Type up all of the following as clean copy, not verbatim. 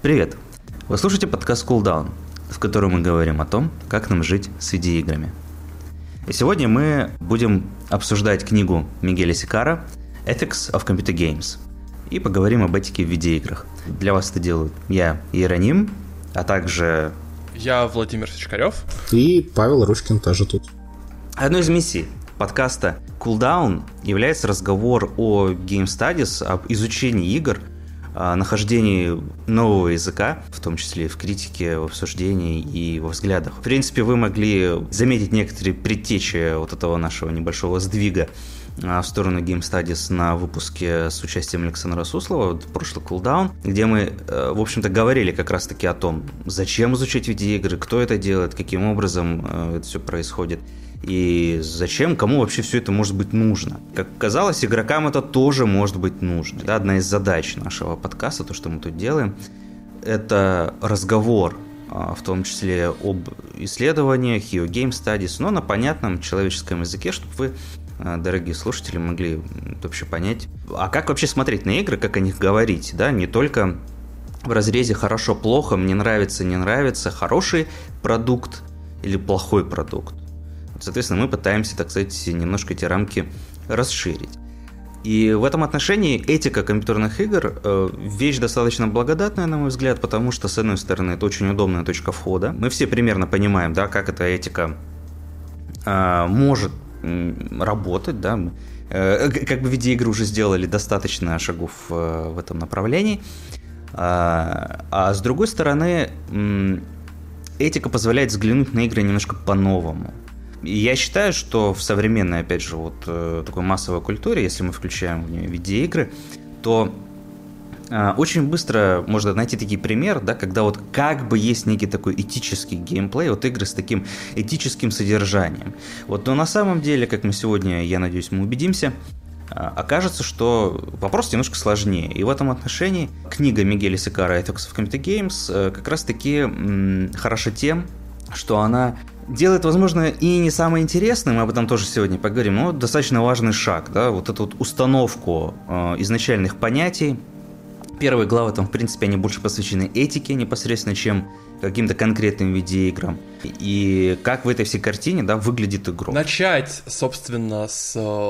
Привет! Вы слушаете подкаст Cooldown, в котором мы говорим о том, как нам жить с видеоиграми. И сегодня мы будем обсуждать книгу Мигеля Сикара «Ethics of Computer Games» и поговорим об этике в видеоиграх. Для вас это делаю я, Иероним, а также... Я Владимир Сичкарев. И Павел Ручкин тоже тут. Одной из миссий подкаста Cooldown является разговор о Game Studies, об изучении игр, о нахождении нового языка, в том числе в критике, в обсуждении и во взглядах. В принципе, вы могли заметить некоторые предтечи вот этого нашего небольшого сдвига в сторону Game Studies на выпуске с участием Александра Суслова, прошлый Cooldown, где мы, в общем-то, говорили как раз-таки о том, зачем изучать видеоигры, кто это делает, каким образом это все происходит. И зачем, кому вообще все это может быть нужно? Как оказалось, игрокам это тоже может быть нужно. Да, одна из задач нашего подкаста, то, что мы тут делаем, это разговор, в том числе об исследованиях и о Game Studies, но на понятном человеческом языке, чтобы вы, дорогие слушатели, могли вообще понять, а как вообще смотреть на игры, как о них говорить, да, не только в разрезе хорошо-плохо, мне нравится, не нравится, хороший продукт или плохой продукт. Соответственно, мы пытаемся, так сказать, немножко эти рамки расширить. И в этом отношении этика компьютерных игр вещь достаточно благодатная, на мой взгляд, потому что, с одной стороны, это очень удобная точка входа. Мы все примерно понимаем, да, как эта этика может работать, да. Как бы видеоигры уже сделали достаточно шагов в этом направлении. А с другой стороны, этика позволяет взглянуть на игры немножко по-новому. Я считаю, что в современной, опять же, вот такой массовой культуре, если мы включаем в нее видеоигры, то очень быстро можно найти такие примеры, да, когда вот как бы есть некий такой этический геймплей, вот игры с таким этическим содержанием. Вот, но на самом деле, как мы сегодня, я надеюсь, мы убедимся, окажется, что вопрос немножко сложнее. И в этом отношении книга Мигеля Сикара «Ethics of Computer Games» как раз-таки хороша тем, что она делает, возможно, и не самое интересное, мы об этом тоже сегодня поговорим, но достаточно важный шаг, да, вот эту вот установку изначальных понятий. Первые главы там, в принципе, они больше посвящены этике непосредственно, чем каким-то конкретным видеоиграм. И как в этой всей картине, да, выглядит игрок. Начать, собственно, с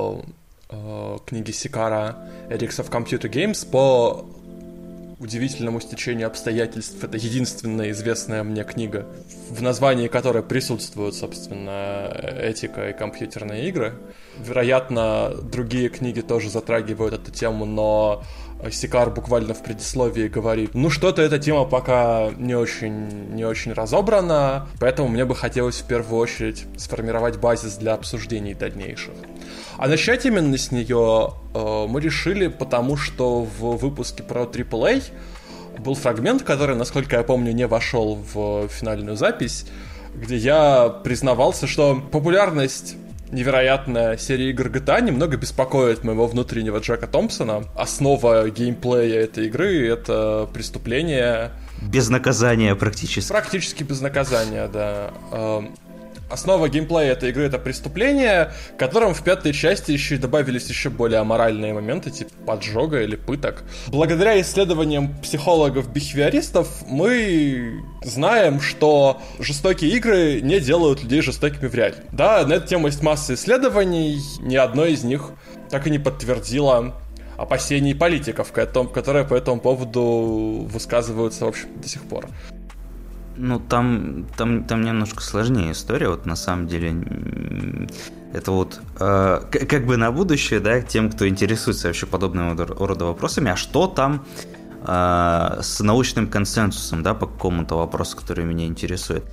книги Сикара «Ethics of Computer Games» по удивительному стечению обстоятельств. Это единственная известная мне книга, в названии которой присутствуют, собственно, этика и компьютерные игры. Вероятно, другие книги тоже затрагивают эту тему, но Сикар буквально в предисловии говорит, ну что-то эта тема пока не очень разобрана, поэтому мне бы хотелось в первую очередь сформировать базис для обсуждений дальнейших. А начать именно с нее мы решили, потому что в выпуске про AAA был фрагмент, который, насколько я помню, не вошел в финальную запись, где я признавался, что популярность невероятная серии игр GTA немного беспокоит моего внутреннего Джека Томпсона. Основа геймплея этой игры — это преступление... Без наказания практически. Практически без наказания, да. Основа геймплея этой игры — это преступление, которым в пятой части еще и добавились еще более аморальные моменты, типа поджога или пыток. Благодаря исследованиям психологов-бихевиористов мы знаем, что жестокие игры не делают людей жестокими в реале. Да, на эту тему есть масса исследований, ни одно из них так и не подтвердило опасений политиков, которые по этому поводу высказываются, в общем, до сих пор. Ну, там немножко сложнее история, вот на самом деле. Это вот как бы на будущее, да, тем, кто интересуется вообще подобного рода вопросами, а что там с научным консенсусом, да, по какому-то вопросу, который меня интересует.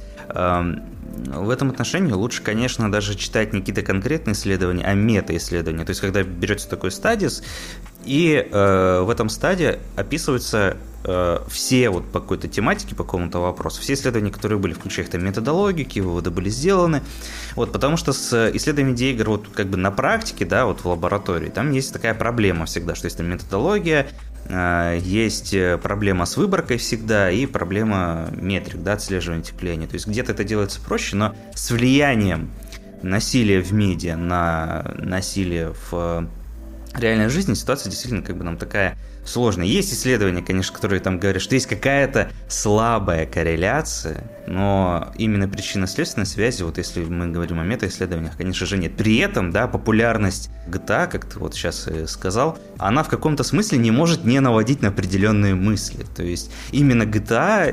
В этом отношении лучше, конечно, даже читать не какие-то конкретные исследования, а мета-исследования. То есть, когда берется такой стадис, и в этом стадии описываются все вот по какой-то тематике, по какому-то вопросу, все исследования, которые были, включая их там методологию, какие выводы были сделаны. Вот, потому что с исследованием видеоигр вот как бы на практике, да, вот в лаборатории, там есть такая проблема всегда, что есть там методология, есть проблема с выборкой всегда и проблема метрик, да, отслеживания тепления. То есть где-то это делается проще, но с влиянием насилия в медиа на насилие в реальной жизни ситуация действительно как бы нам такая сложно. Есть исследования, конечно, которые там говорят, что есть какая-то слабая корреляция, но именно причинно-следственной связи, вот если мы говорим о метаисследованиях, конечно же, нет. При этом, да, популярность GTA, как ты вот сейчас и сказал, она в каком-то смысле не может не наводить на определенные мысли. То есть именно GTA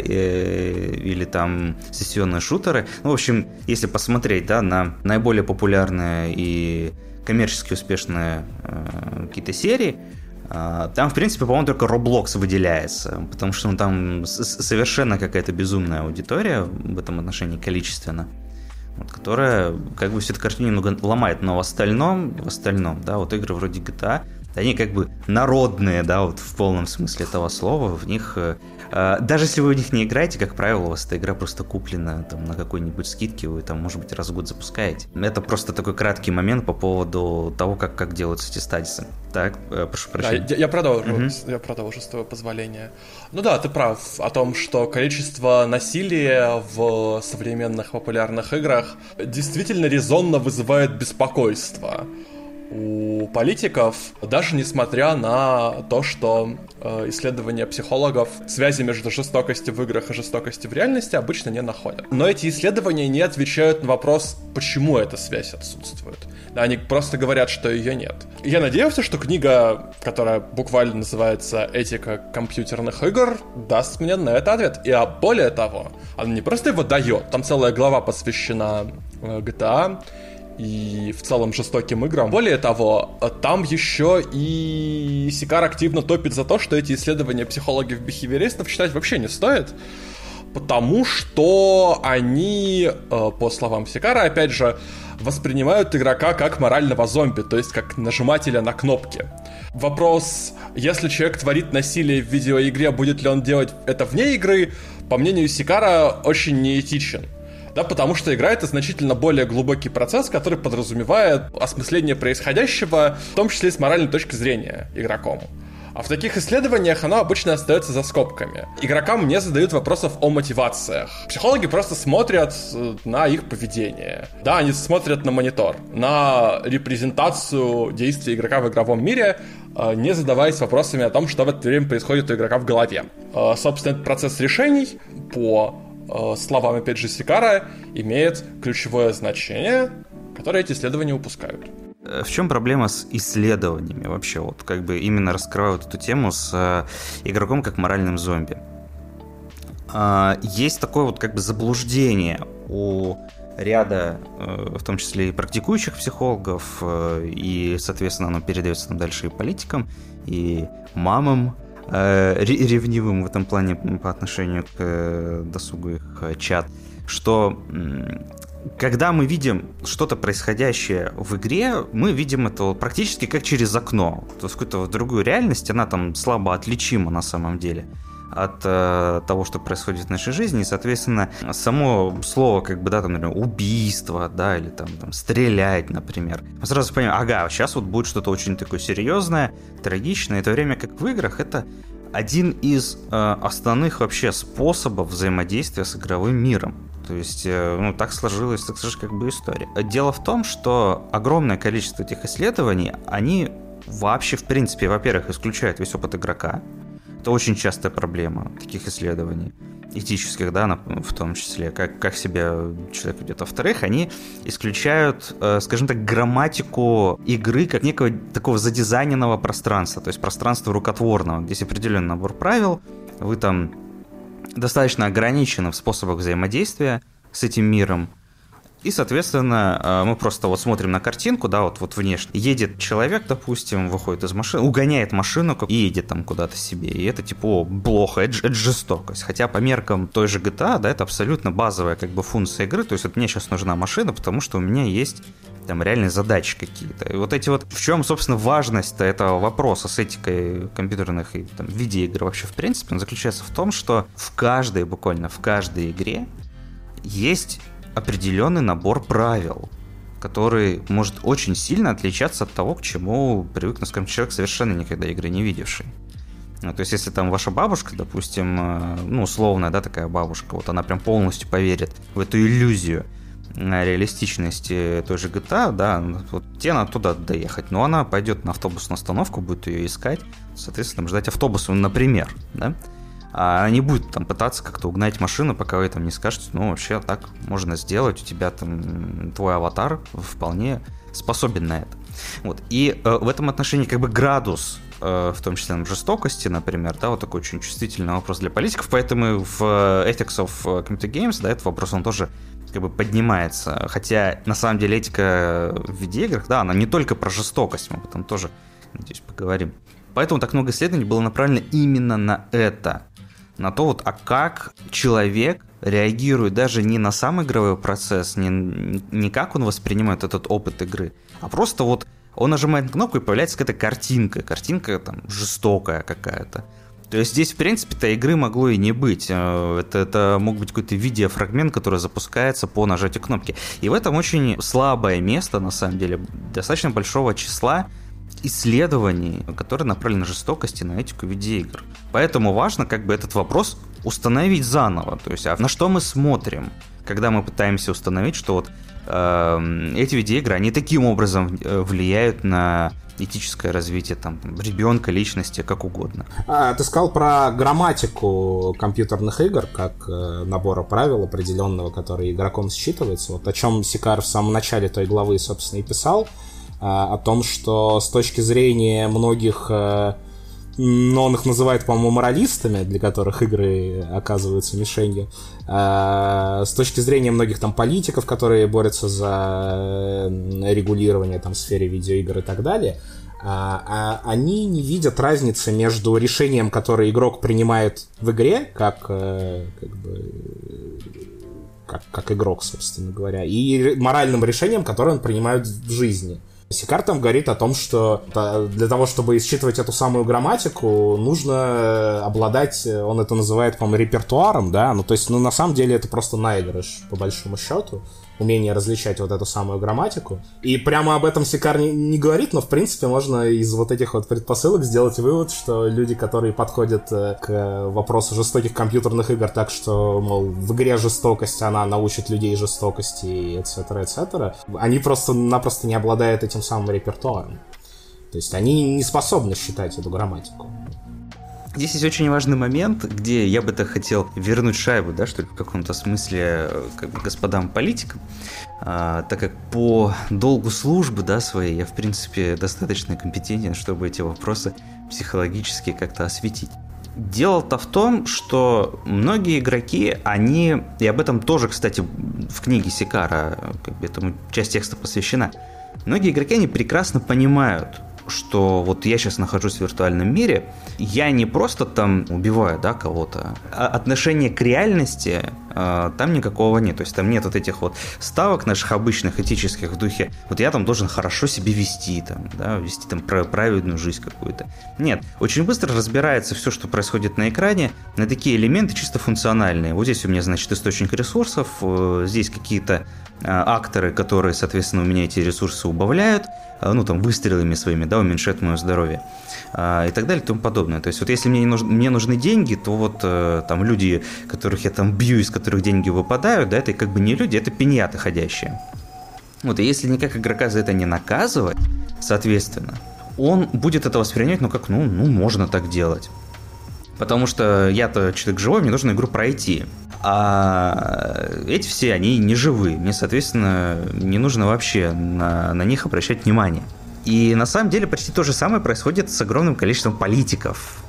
или там сессионные шутеры, ну, в общем, если посмотреть, да, на наиболее популярные и коммерчески успешные какие-то серии, там, в принципе, по-моему, только Roblox выделяется, потому что там совершенно какая-то безумная аудитория в этом отношении количественно, вот, которая как бы всю эту картину немного ломает, но в остальном, да, вот игры вроде GTA, они как бы народные, да, вот в полном смысле этого слова, в них... Даже если вы в них не играете, как правило, у вас эта игра просто куплена там, на какой-нибудь скидке, вы там, может быть, раз в год запускаете. Это просто такой краткий момент по поводу того, как делаются эти стадисы. Так, прошу прощения. Да, я продолжу, с твоего позволения. Ну да, ты прав о том, что количество насилия в современных популярных играх действительно резонно вызывает беспокойство у политиков, даже несмотря на то, что исследования психологов связи между жестокостью в играх и жестокостью в реальности обычно не находят. Но эти исследования не отвечают на вопрос, почему эта связь отсутствует. Они просто говорят, что ее нет. Я надеюсь, что книга, которая буквально называется «Этика компьютерных игр», даст мне на это ответ. И более того, она не просто его дает, там целая глава посвящена GTA, и в целом жестоким играм. Более того, там еще и Сикар активно топит за то, что эти исследования психологов-бихевиористов читать вообще не стоит, потому что они, по словам Сикара, опять же, воспринимают игрока как морального зомби, то есть как нажимателя на кнопки. Вопрос, если человек творит насилие в видеоигре, будет ли он делать это вне игры, по мнению Сикара, очень неэтичен. Да, потому что игра — это значительно более глубокий процесс, который подразумевает осмысление происходящего, в том числе и с моральной точки зрения игроком. А в таких исследованиях оно обычно остается за скобками. Игрокам не задают вопросов о мотивациях. Психологи просто смотрят на их поведение. Да, они смотрят на монитор, на репрезентацию действий игрока в игровом мире, не задаваясь вопросами о том, что в это время происходит у игрока в голове. Собственно, этот процесс решений, по словам, опять же, Сикара, имеет ключевое значение, которое эти исследования упускают. В чем проблема с исследованиями вообще? Вот как бы именно раскрывают эту тему с игроком как моральным зомби. Есть такое вот как бы заблуждение у ряда, в том числе и практикующих психологов, и, соответственно, оно передается там дальше и политикам, и мамам, ревнивым в этом плане по отношению к досугу их чат, что когда мы видим что-то происходящее в игре, мы видим это практически как через окно. То есть какую-то другую реальность, она там слабо отличима на самом деле от того, что происходит в нашей жизни, и, соответственно, само слово, как бы, да, там, например, убийство, да, или там стрелять, например. Мы сразу понимаем, ага, сейчас вот будет что-то очень такое серьезное, трагичное, и в то время как в играх это один из основных вообще способов взаимодействия с игровым миром. То есть, ну, так сложилась как бы история. Дело в том, что огромное количество этих исследований, они вообще, в принципе, во-первых, исключают весь опыт игрока. Это очень частая проблема таких исследований, этических, да, в том числе, как себя человек ведет. Во-вторых, они исключают, скажем так, грамматику игры как некого такого задизайненного пространства, то есть пространства рукотворного, где есть определенный набор правил, вы там достаточно ограничены в способах взаимодействия с этим миром. И, соответственно, мы просто вот смотрим на картинку, да, вот внешне. Едет человек, допустим, выходит из машины, угоняет машину и едет там куда-то себе. И это типа плохо, это жестокость. Хотя по меркам той же GTA, да, это абсолютно базовая как бы функция игры. То есть вот мне сейчас нужна машина, потому что у меня есть там реальные задачи какие-то. И вот эти вот, в чем, собственно, важность этого вопроса с этикой компьютерных и там, видеоигр вообще в принципе, он заключается в том, что буквально в каждой игре есть определенный набор правил, который может очень сильно отличаться от того, к чему привык, скажем, человек, совершенно никогда игры не видевший. Ну, то есть, если там ваша бабушка, допустим, ну, условная, да, такая бабушка, вот она прям полностью поверит в эту иллюзию реалистичности той же GTA, да, вот тебе надо туда доехать, но она пойдет на автобусную остановку, будет ее искать, соответственно, ждать автобуса, например, да, а она не будет там пытаться как-то угнать машину, пока вы там не скажете, ну, вообще так можно сделать, у тебя там твой аватар вполне способен на это. Вот. И в этом отношении как бы градус, в том числе жестокости, например, да, вот такой очень чувствительный вопрос для политиков, поэтому в Ethics of Computer Games, да, этот вопрос, он тоже как бы поднимается, хотя на самом деле этика в видеоиграх, да, она не только про жестокость, мы об этом тоже, надеюсь, поговорим. Поэтому так много исследований было направлено именно на это, на то вот, а как человек реагирует даже не на сам игровой процесс, не как он воспринимает этот опыт игры, а просто вот он нажимает на кнопку и появляется какая-то картинка там жестокая какая-то. То есть здесь, в принципе-то, игры могло и не быть. Это мог быть какой-то видеофрагмент, который запускается по нажатию кнопки. И в этом очень слабое место, на самом деле, достаточно большого числа исследований, которые направлены на жестокость и на этику видеоигр. Поэтому важно как бы этот вопрос установить заново. То есть, а на что мы смотрим, когда мы пытаемся установить, что вот эти видеоигры, они таким образом влияют на этическое развитие там, ребенка, личности, как угодно. Ты сказал про грамматику компьютерных игр, как набора правил определенного, который игроком считывается. Вот о чем Сикар в самом начале той главы, собственно, и писал. О том, что с точки зрения многих, но он их называет, по-моему, моралистами, для которых игры оказываются мишенью, с точки зрения многих там политиков, которые борются за регулирование там в сфере видеоигр и так далее, они не видят разницы между решением, которое игрок принимает в игре, как игрок, собственно говоря, и моральным решением, которое он принимает в жизни. Сикар там говорит о том, что для того, чтобы считывать эту самую грамматику, нужно обладать, он это называет, по-моему, репертуаром, да, ну, то есть, ну, на самом деле это просто наигрыш, по большому счету, умение различать вот эту самую грамматику. И прямо об этом Сикар не говорит, но, в принципе, можно из вот этих вот предпосылок сделать вывод, что люди, которые подходят к вопросу жестоких компьютерных игр так, что, мол, в игре жестокость, она научит людей жестокости, и etc., они просто-напросто не обладают этим самым репертуаром. То есть они не способны считать эту грамматику. Здесь есть очень важный момент, где я бы так хотел вернуть шайбу, да, что ли, в каком-то смысле как бы господам политикам, так как по долгу службы, да, своей я, в принципе, достаточно компетентен, чтобы эти вопросы психологически как-то осветить. Дело-то в том, что многие игроки, они, и об этом тоже, кстати, в книге Сикара, как бы этому часть текста посвящена, многие игроки, они прекрасно понимают, что вот я сейчас нахожусь в виртуальном мире, я не просто там убиваю, да, кого-то, а отношение к реальности там никакого нет. То есть там нет вот этих вот ставок наших обычных этических в духе, вот я там должен хорошо себя вести, там, да, вести там праведную жизнь какую-то. Нет, очень быстро разбирается все, что происходит на экране, на такие элементы чисто функциональные. Вот здесь у меня, значит, источник ресурсов, здесь какие-то акторы, которые, соответственно, у меня эти ресурсы убавляют, ну, там, выстрелами своими, да, уменьшают мое здоровье, и так далее, и тому подобное. То есть, вот если мне нужны деньги, то вот там люди, которых я там бью, из которых деньги выпадают, да, это как бы не люди, это пиньяты ходящие. Вот, и если никак игрока за это не наказывать, соответственно, он будет это воспринимать, ну, как, ну, можно так делать. Потому что я-то человек живой, мне нужно игру пройти. А эти все, они не живые. Мне, соответственно, не нужно вообще на них обращать внимание. И на самом деле почти то же самое происходит с огромным количеством политиков,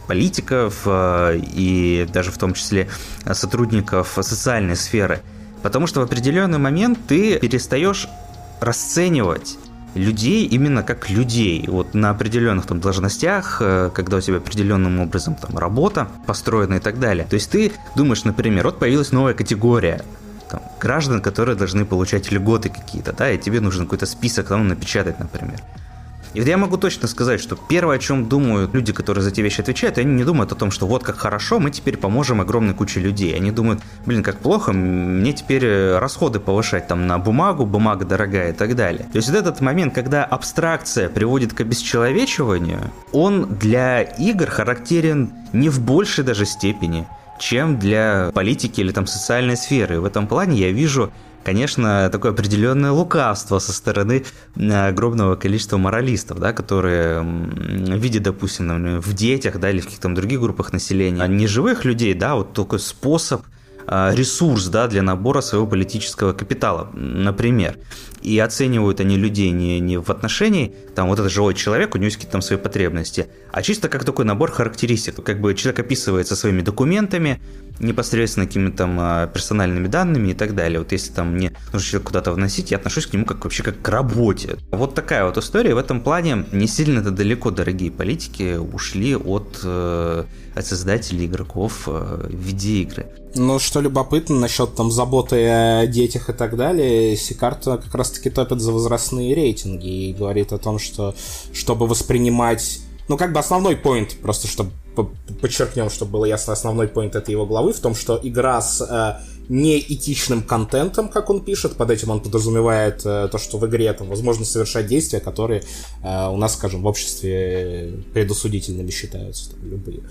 и даже в том числе сотрудников социальной сферы. Потому что в определенный момент ты перестаешь расценивать людей именно как людей. Вот на определенных там должностях, когда у тебя определенным образом там работа построена и так далее. То есть ты думаешь, например, вот появилась новая категория там, граждан, которые должны получать льготы какие-то, да, и тебе нужен какой-то список там напечатать, например. И вот я могу точно сказать, что первое, о чем думают люди, которые за эти вещи отвечают, они не думают о том, что вот как хорошо, мы теперь поможем огромной куче людей. Они думают, блин, как плохо, мне теперь расходы повышать там на бумагу, бумага дорогая и так далее. То есть вот этот момент, когда абстракция приводит к обесчеловечиванию, он для игр характерен не в большей даже степени, чем для политики или там социальной сферы. И в этом плане я вижу конечно, такое определенное лукавство со стороны огромного количества моралистов, да, которые видят, допустим, например, в детях, да, или в каких-то других группах населения, не живых людей, да, вот такой способ, ресурс, да, для набора своего политического капитала, например. И оценивают они людей не в отношении, там, вот этот живой человек, у него есть какие-то там свои потребности, а чисто как такой набор характеристик. Как бы человек описывается своими документами, непосредственно какими-то там персональными данными и так далее. Вот если там мне нужно человека куда-то вносить, я отношусь к нему вообще как к работе. Вот такая вот история. В этом плане не сильно-то далеко дорогие политики ушли от создателей игроков видеоигры. Ну, что любопытно насчет там заботы о детях и так далее, Сикарта как раз-таки топит за возрастные рейтинги и говорит о том, что чтобы воспринимать... Ну, как бы основной поинт, просто чтобы подчеркнем, чтобы было ясно, основной поинт этой его главы в том, что игра с неэтичным контентом, как он пишет, под этим он подразумевает то, что в игре там возможно совершать действия, которые у нас, скажем, в обществе предосудительными считаются, там, любые.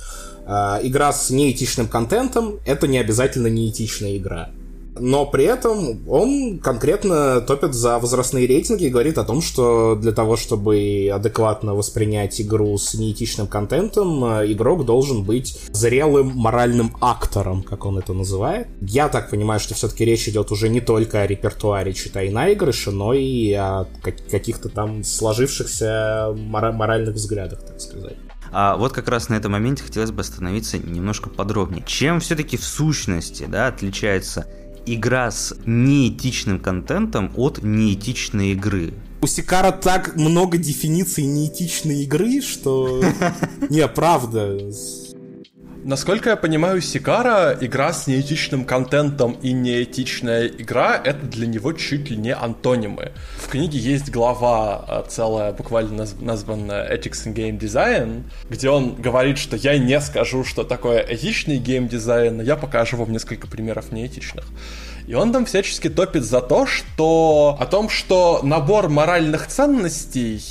Игра с неэтичным контентом — это не обязательно неэтичная игра. Но при этом он конкретно топит за возрастные рейтинги и говорит о том, что для того, чтобы адекватно воспринять игру с неэтичным контентом, игрок должен быть зрелым моральным актором, как он это называет. Я так понимаю, что все-таки речь идет уже не только о репертуаре читай наигрыша, но и о каких-то там сложившихся моральных взглядах, так сказать. А вот как раз на этом моменте хотелось бы остановиться немножко подробнее. Чем все-таки в сущности, да, отличается игра с неэтичным контентом от неэтичной игры? У Сикара так много дефиниций неэтичной игры, что... Не, правда... Насколько я понимаю, Сикара, игра с неэтичным контентом и неэтичная игра — это для него чуть ли не антонимы. В книге есть глава целая, буквально названная Ethics in Game Design, где он говорит, что я не скажу, что такое этичный геймдизайн, но я покажу вам несколько примеров неэтичных. И он там всячески топит за то, что... о том, что набор моральных ценностей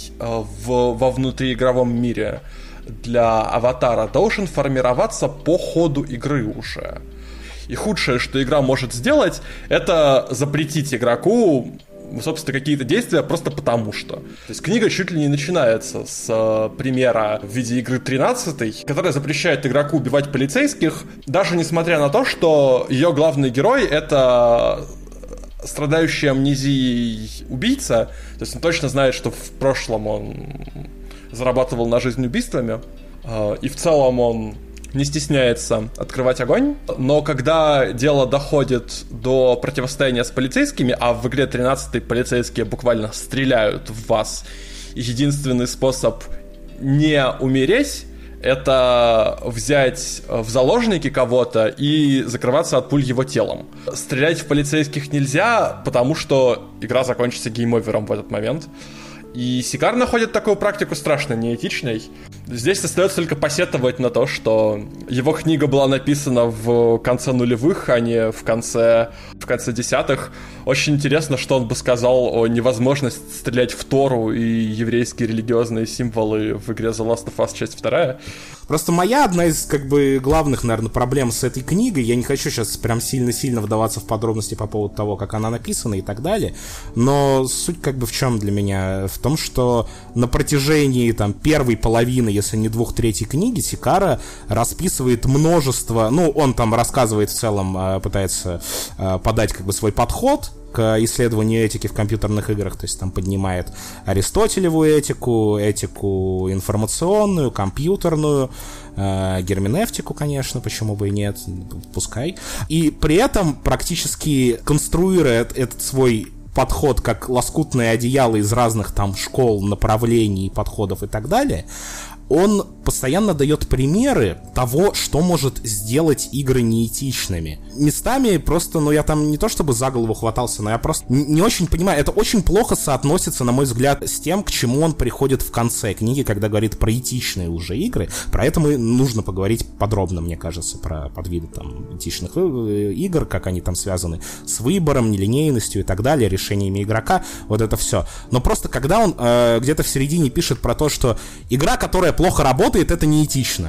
во внутриигровом мире для аватара должен формироваться по ходу игры уже. И худшее, что игра может сделать, это запретить игроку, собственно, какие-то действия просто потому что. То есть книга чуть ли не начинается с примера в виде игры 13, которая запрещает игроку убивать полицейских, даже несмотря на то, что ее главный герой — это страдающий амнезией убийца. То есть он точно знает, что в прошлом он зарабатывал на жизнь убийствами, и в целом он не стесняется открывать огонь, но когда дело доходит до противостояния с полицейскими, а в игре 13 полицейские буквально стреляют в вас, и единственный способ не умереть — это взять в заложники кого-то и закрываться от пуль его телом. Стрелять в полицейских нельзя, потому что игра закончится гейм-овером в этот момент. И Сикар находит такую практику страшно неэтичной. Здесь остается только посетовать на то, что его книга была написана в конце нулевых, а не в конце десятых. Очень интересно, что он бы сказал о невозможности стрелять в Тору и еврейские религиозные символы в игре The Last of Us часть 2. Просто моя одна из, как бы, главных, наверное, проблем с этой книгой, я не хочу сейчас прям сильно-сильно вдаваться в подробности по поводу того, как она написана и так далее, но суть как бы в чем для меня? В том, что на протяжении там первой половины, если не 2/3 книги, Сикара расписывает множество, ну, он там рассказывает в целом, пытается подать как бы свой подход к исследованию этики в компьютерных играх, то есть там поднимает аристотелеву этику информационную, компьютерную, герменевтику, конечно, почему бы и нет, пускай. И при этом практически конструируя этот свой подход как лоскутное одеяло из разных там школ, направлений, подходов и так далее, он постоянно дает примеры того, что может сделать игры неэтичными. Местами просто, я там не то чтобы за голову хватался, но я просто не очень понимаю. Это очень плохо соотносится, на мой взгляд, с тем, к чему он приходит в конце книги, когда говорит про этичные уже игры. Про это нужно поговорить подробно, мне кажется, про подвиды там этичных игр, как они там связаны с выбором, нелинейностью и так далее, решениями игрока, вот это все. Но просто когда он где-то в середине пишет про то, что игра, которая плохо работает, это неэтично.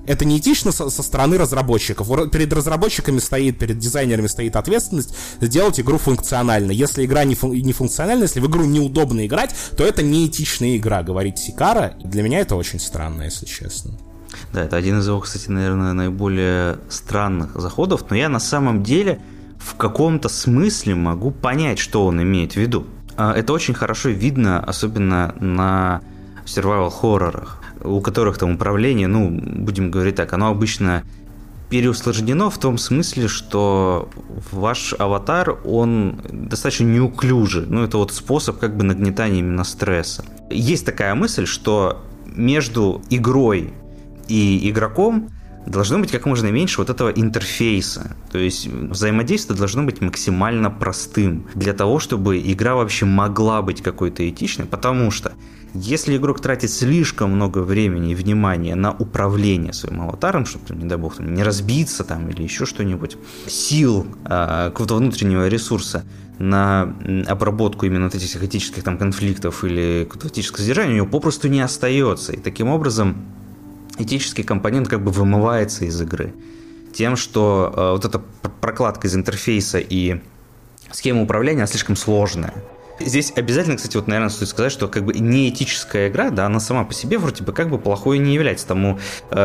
Это неэтично со стороны разработчиков. Перед разработчиками перед дизайнерами стоит ответственность сделать игру функциональной. Если игра не функциональна, если в игру неудобно играть, то это неэтичная игра, говорит Сикара. Для меня это очень странно, если честно. Да, это один из его, кстати, наверное, наиболее странных заходов, но я на самом деле в каком-то смысле могу понять, что он имеет в виду. Это очень хорошо видно, особенно на survival-хоррорах, у которых там управление, будем говорить так, оно обычно переусложнено в том смысле, что ваш аватар, он достаточно неуклюжий. Это вот способ как бы нагнетания именно стресса. Есть такая мысль, что между игрой и игроком должно быть как можно меньше вот этого интерфейса. То есть взаимодействие должно быть максимально простым для того, чтобы игра вообще могла быть какой-то этичной, потому что если игрок тратит слишком много времени и внимания на управление своим аватаром, чтобы, не дай бог, не разбиться там или еще что-нибудь, сил, какого-то внутреннего ресурса на обработку именно вот этих этических там конфликтов или какого-то этического содержания, у него попросту не остается. И таким образом этический компонент как бы вымывается из игры тем, что вот эта прокладка из интерфейса и схема управления слишком сложная. Здесь обязательно, кстати, вот, наверное, стоит сказать, что как бы неэтическая игра, да, она сама по себе вроде бы как бы плохой не является. Тому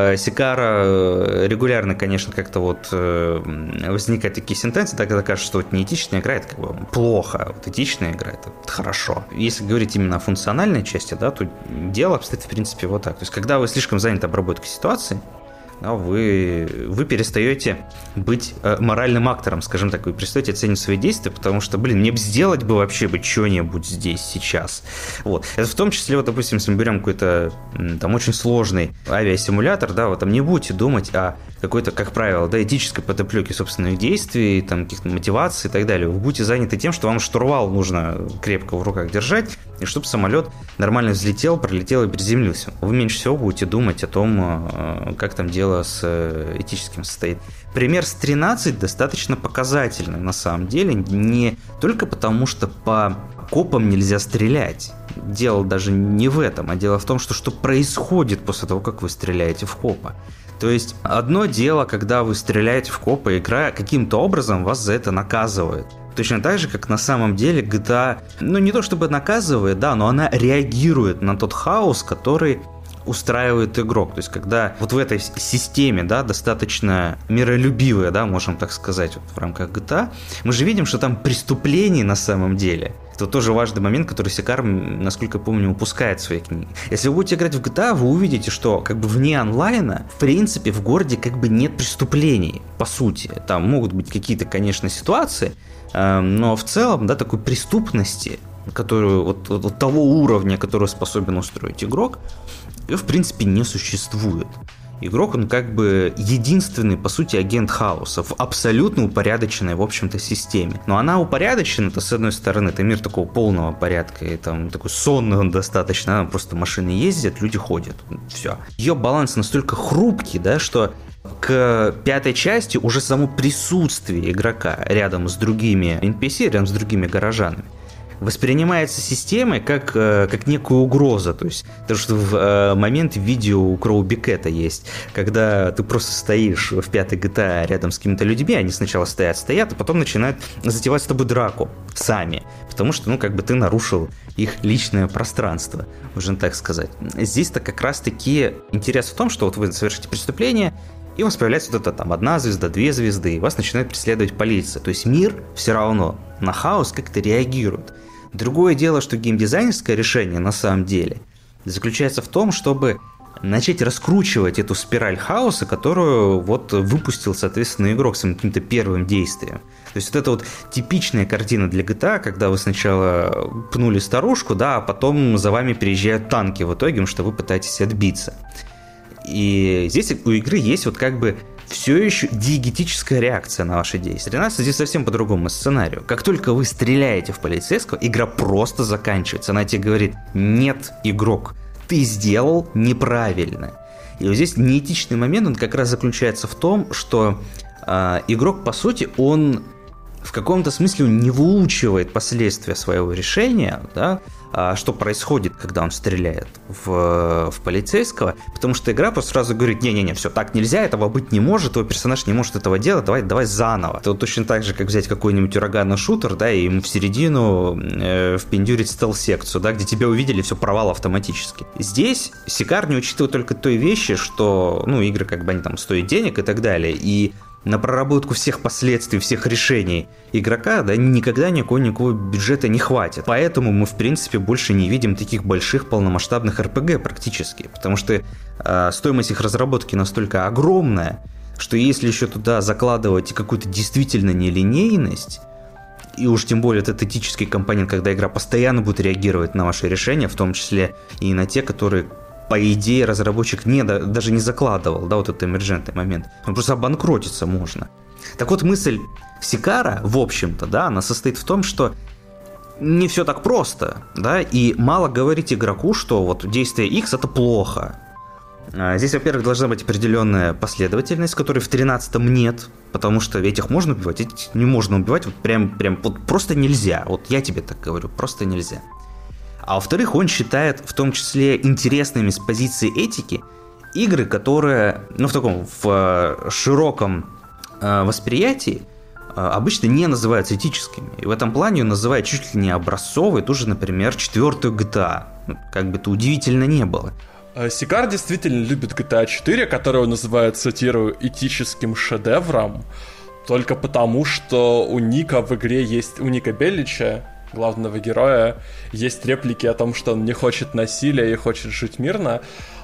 Сикара регулярно, конечно, как-то вот возникают такие сентенции, тогда кажется, что вот неэтичная игра — это как бы плохо, а вот этичная игра — это хорошо. Если говорить именно о функциональной части, да, то дело обстоит, в принципе, вот так. То есть, когда вы слишком заняты обработкой ситуации, да, вы перестаете быть моральным актором, скажем так, вы перестаете оценивать свои действия, потому что, мне бы сделать бы вообще что-нибудь здесь, сейчас. Вот. Это в том числе, вот, допустим, если мы берем какой-то там очень сложный авиасимулятор, да, вот там не будете думать о какой-то, как правило, да, этической подоплеке собственных действий, там, каких-то мотиваций и так далее. Вы будете заняты тем, что вам штурвал нужно крепко в руках держать, и чтобы самолет нормально взлетел, пролетел и приземлился. Вы меньше всего будете думать о том, как там дело с этическим состоит. Пример с 13 достаточно показательный, на самом деле, не только потому, что по копам нельзя стрелять. Дело даже не в этом, а дело в том, что происходит после того, как вы стреляете в копа. То есть одно дело, когда вы стреляете в копа, и игра каким-то образом вас за это наказывает. Точно так же, как на самом деле GTA, не то чтобы наказывает, да, но она реагирует на тот хаос, который устраивает игрок. То есть, когда вот в этой системе, да, достаточно миролюбивая, да, можем так сказать, вот в рамках GTA, мы же видим, что там преступлений на самом деле. Это тоже важный момент, который Сикар, насколько я помню, упускает в своей книге. Если вы будете играть в GTA, вы увидите, что как бы вне онлайна, в принципе, в городе как бы нет преступлений, по сути. Там могут быть какие-то, конечно, ситуации, но в целом, да, такой преступности, которую вот того уровня, который способен устроить игрок, в принципе, не существует. Игрок, он как бы единственный, по сути, агент хаоса в абсолютно упорядоченной, в общем-то, системе. Но она упорядочена-то, с одной стороны, это мир такого полного порядка, и там такой сонный он достаточно, просто машины ездят, люди ходят, все. Ее баланс настолько хрупкий, да, что к 5-й части уже само присутствие игрока рядом с другими NPC, рядом с другими горожанами, воспринимается системой как некая угроза. То есть, то, что в момент видео у Кроуби Кэта есть, когда ты просто стоишь в 5-й GTA рядом с какими-то людьми, они сначала стоят, а потом начинают затевать с тобой драку сами, потому что, как бы ты нарушил их личное пространство, можно так сказать. Здесь-то как раз-таки интерес в том, что вот вы совершите преступление, и у вас появляется вот это там 1 звезда, 2 звезды, и вас начинает преследовать полиция. То есть мир все равно на хаос как-то реагирует. Другое дело, что геймдизайнерское решение на самом деле заключается в том, чтобы начать раскручивать эту спираль хаоса, которую вот выпустил, соответственно, игрок своим каким-то первым действием. То есть вот это вот типичная картина для GTA, когда вы сначала пнули старушку, да, а потом за вами приезжают танки в итоге, потому что вы пытаетесь отбиться. И здесь у игры есть вот как бы все еще диегетическая реакция на ваши действия. 13 здесь совсем по другому сценарию. Как только вы стреляете в полицейского, игра просто заканчивается. Она тебе говорит: нет, игрок, ты сделал неправильно. И вот здесь неэтичный момент, он как раз заключается в том, что игрок, по сути, он в каком-то смысле он не выучивает последствия своего решения, да, что происходит, когда он стреляет в полицейского, потому что игра просто сразу говорит: не-не-не, все, так нельзя, этого быть не может, твой персонаж не может этого делать, давай заново. Это вот точно так же, как взять какой-нибудь ураганный шутер, да, и ему в середину впендюрить стелс-секцию, да, где тебя увидели, все, провал автоматически. Здесь Сикар не учитывает только той вещи, что, ну, игры как бы они там стоят денег и так далее, и на проработку всех последствий, всех решений игрока, да, никогда никакого бюджета не хватит. Поэтому мы, в принципе, больше не видим таких больших полномасштабных РПГ практически, потому что стоимость их разработки настолько огромная, что если еще туда закладывать какую-то действительно нелинейность, и уж тем более этот этический компонент, когда игра постоянно будет реагировать на ваши решения, в том числе и на те, которые, по идее, разработчик даже не закладывал, да, вот этот эмерджентный момент. Он просто обанкротиться можно. Так вот, мысль Сикара, в общем-то, да, она состоит в том, что не все так просто, да, и мало говорить игроку, что вот действие X это плохо. Здесь, во-первых, должна быть определенная последовательность, которой в 13-м нет, потому что этих можно убивать, этих не можно убивать, вот прям вот просто нельзя. Вот я тебе так говорю, просто нельзя. А во-вторых, он считает в том числе интересными с позиции этики игры, которые, ну, в широком восприятии обычно не называются этическими. И в этом плане он называет чуть ли не образцовой, тоже, например, 4-ю GTA. Как бы это удивительно не было. Сикар действительно любит GTA 4, которую он называет, цитирую, этическим шедевром, только потому, что у Ника в игре есть, у Ника Беллича, главного героя, есть реплики о том, что он не хочет насилия и хочет жить мирно.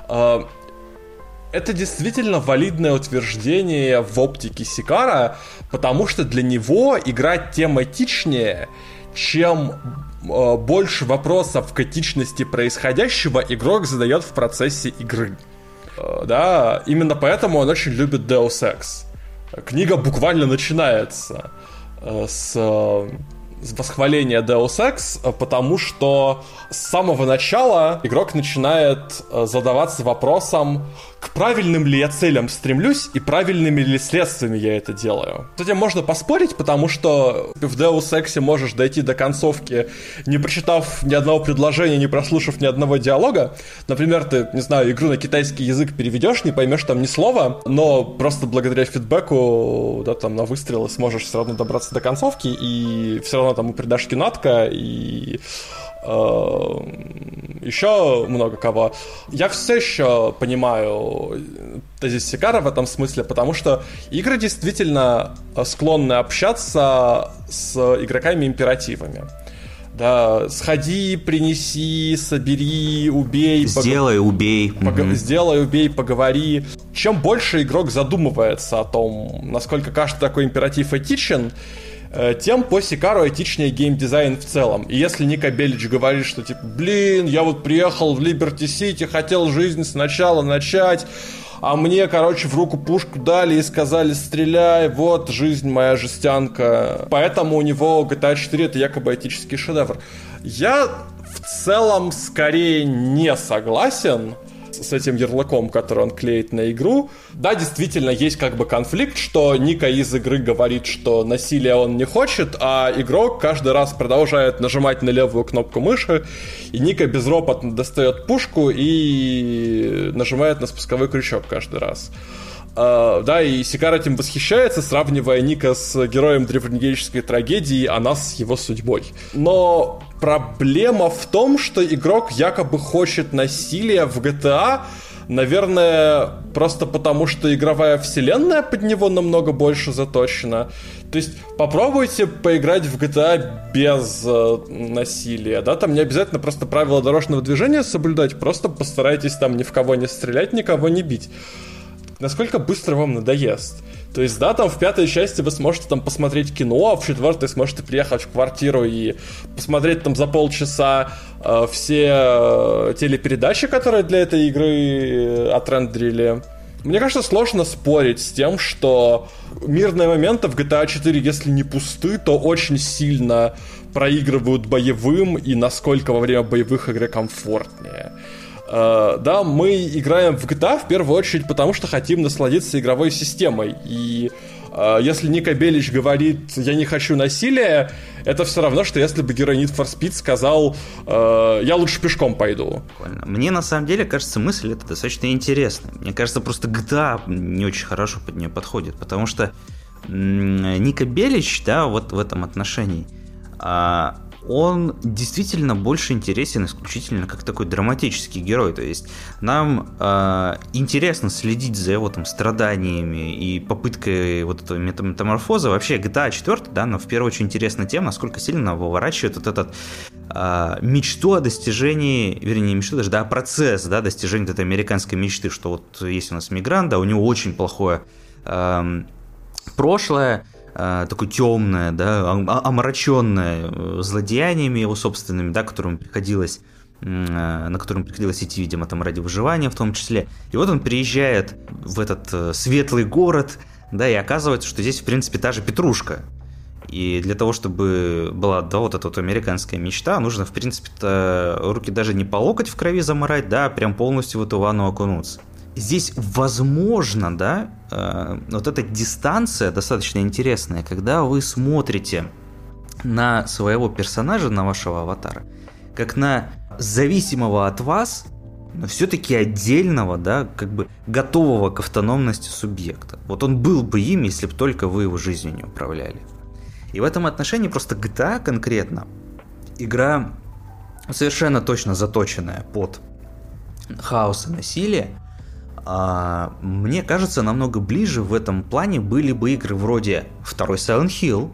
Это действительно валидное утверждение в оптике Сикара, потому что для него игра тем этичнее, чем больше вопросов к этичности происходящего игрок задает в процессе игры. Да, именно поэтому он очень любит Deus Ex. Книга буквально начинается с восхваления Deus Ex, потому что с самого начала игрок начинает задаваться вопросом, к правильным ли я целям стремлюсь и правильными ли следствиями я это делаю. С этим можно поспорить, потому что в Deus Ex можешь дойти до концовки, не прочитав ни одного предложения, не прослушав ни одного диалога. Например, ты, не знаю, игру на китайский язык переведешь, не поймешь там ни слова, но просто благодаря фидбэку, да, там, на выстрелы сможешь все равно добраться до концовки, и все равно там придашь кинатка, и еще много кого. Я все еще понимаю тезис Сикара в этом смысле, потому что игры действительно склонны общаться с игроками-императивами. Да, сходи, принеси, собери, убей. Сделай, убей. Сделай, убей, поговори. Чем больше игрок задумывается о том, насколько каждый такой императив этичен, тем по Сикару этичнее геймдизайн в целом. И если Ника Беллич говорит, что типа, блин, я вот приехал в Либерти-Сити, хотел жизнь сначала начать, а мне, короче, в руку пушку дали и сказали, стреляй, вот, жизнь моя жестянка. Поэтому у него GTA 4 это якобы этический шедевр. Я в целом скорее не согласен с этим ярлыком, который он клеит на игру. Да, действительно, есть как бы конфликт, что Ника из игры говорит, что насилия он не хочет, а игрок каждый раз продолжает нажимать на левую кнопку мыши, и Ника безропотно достает пушку и нажимает на спусковой крючок каждый раз. Да, и Сикар этим восхищается, сравнивая Ника с героем древнегреческой трагедии, а нас с его судьбой. Но проблема в том, что игрок якобы хочет насилия в GTA, наверное, просто потому, что игровая вселенная под него намного больше заточена. То есть попробуйте поиграть в GTA без насилия, да, там не обязательно просто правила дорожного движения соблюдать, просто постарайтесь там ни в кого не стрелять, никого не бить. Насколько быстро вам надоест. То есть, да, там в 5-й части вы сможете там посмотреть кино, а в 4-й сможете приехать в квартиру и посмотреть там за полчаса все телепередачи, которые для этой игры отрендерили. Мне кажется, сложно спорить с тем, что мирные моменты в GTA 4, если не пусты, то очень сильно проигрывают боевым, и насколько во время боевых игры комфортнее. Да, мы играем в GTA в первую очередь потому, что хотим насладиться игровой системой. И Если Ника Белич говорит «я не хочу насилия», это все равно, что если бы герой Need for Speed сказал «я лучше пешком пойду». Мне на самом деле кажется, мысль эта достаточно интересная. Мне кажется, просто GTA не очень хорошо под нее подходит, потому что Ника Белич, да, вот в этом отношении, он действительно больше интересен исключительно как такой драматический герой. То есть нам интересно следить за его там страданиями и попыткой вот этого метаморфоза. Вообще GTA 4, да, но в первую очередь интересная тема, насколько сильно выворачивает вот этот мечту о достижении, вернее, не мечту даже, да, процесс, да, достижения этой американской мечты, что вот есть у нас мигрант, да, у него очень плохое прошлое, такое темное, да, омраченное злодеяниями его собственными, да, на которым приходилось идти, видимо, там ради выживания в том числе. И вот он приезжает в этот светлый город, да, и оказывается, что здесь, в принципе, та же петрушка. И для того, чтобы была, да, вот эта вот американская мечта, нужно, в принципе-то, руки даже не по локоть в крови замарать, да, а прям полностью в эту ванну окунуться. Здесь возможно, да, вот эта дистанция достаточно интересная, когда вы смотрите на своего персонажа, на вашего аватара, как на зависимого от вас, но все-таки отдельного, да, как бы готового к автономности субъекта. Вот он был бы им, если бы только вы его жизнью не управляли. И в этом отношении просто GTA конкретно игра совершенно точно заточенная под хаос и насилие. Мне кажется, намного ближе в этом плане были бы игры вроде второй Silent Hill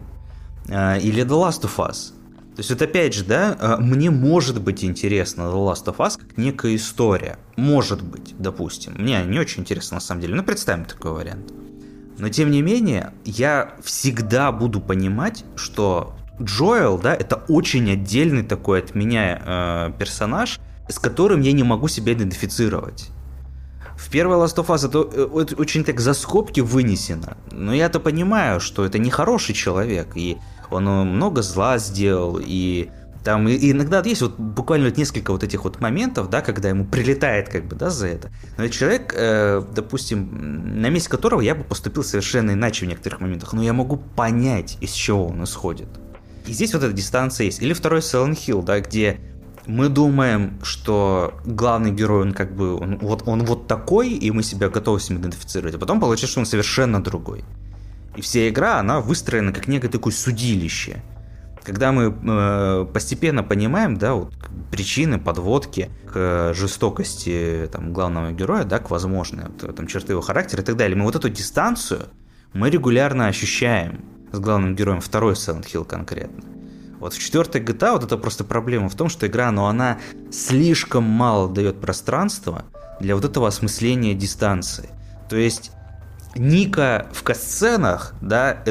или The Last of Us. То есть вот опять же, да, мне может быть интересно The Last of Us как некая история. Может быть, допустим. Мне не очень интересно на самом деле, но представим такой вариант. Но тем не менее, я всегда буду понимать, что Джоэл, да, это очень отдельный такой от меня персонаж, с которым я не могу себя идентифицировать. В первой Last of Us это очень так за скобки вынесено, но я-то понимаю, что это не хороший человек, и он много зла сделал, и там и иногда есть вот буквально вот несколько вот этих вот моментов, да, когда ему прилетает как бы, да, за это. Но это человек, допустим, на месте которого я бы поступил совершенно иначе в некоторых моментах, но я могу понять, из чего он исходит. И здесь вот эта дистанция есть. Или второй Silent Hill, да, где мы думаем, что главный герой, он как бы, он вот такой, и мы себя готовы с ним идентифицировать, а потом получается, что он совершенно другой. И вся игра, она выстроена как некое такое судилище. Когда мы постепенно понимаем, да, вот, причины, подводки к жестокости там, главного героя, да, к возможной вот, там, черты его характера и так далее, мы вот эту дистанцию мы регулярно ощущаем с главным героем второй Silent Hill конкретно. Вот в 4-й GTA вот эта просто проблема в том, что игра, ну, она слишком мало дает пространства для вот этого осмысления дистанции. То есть Ника в катсценах, да,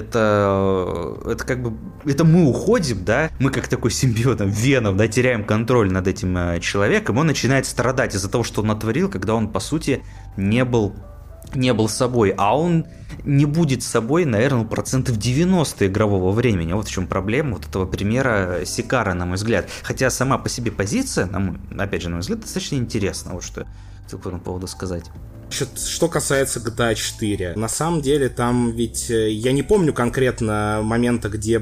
это как бы, это мы уходим, да, мы как такой симбиот, Веном, да, теряем контроль над этим человеком, он начинает страдать из-за того, что он натворил, когда он, по сути, не был собой, а он не будет собой, наверное, 90% игрового времени. Вот в чем проблема вот этого примера Сикара, на мой взгляд. Хотя сама по себе позиция, опять же, на мой взгляд, достаточно интересна. Вот что я хотел по этому поводу сказать. Что касается GTA 4, на самом деле там ведь, я не помню конкретно момента, где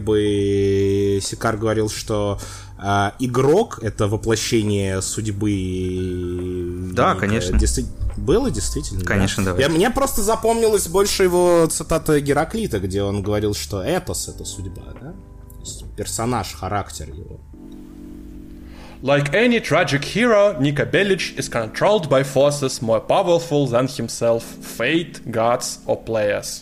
бы Сикар говорил, что игрок — это воплощение судьбы. Да, конечно. Было действительно? Конечно, да. Мне просто запомнилась больше его цитата Гераклита, где он говорил, что этос — это судьба, да? То есть персонаж, характер его. Like any tragic hero, Niko Bellic is controlled by forces more powerful than himself, fate, gods or players.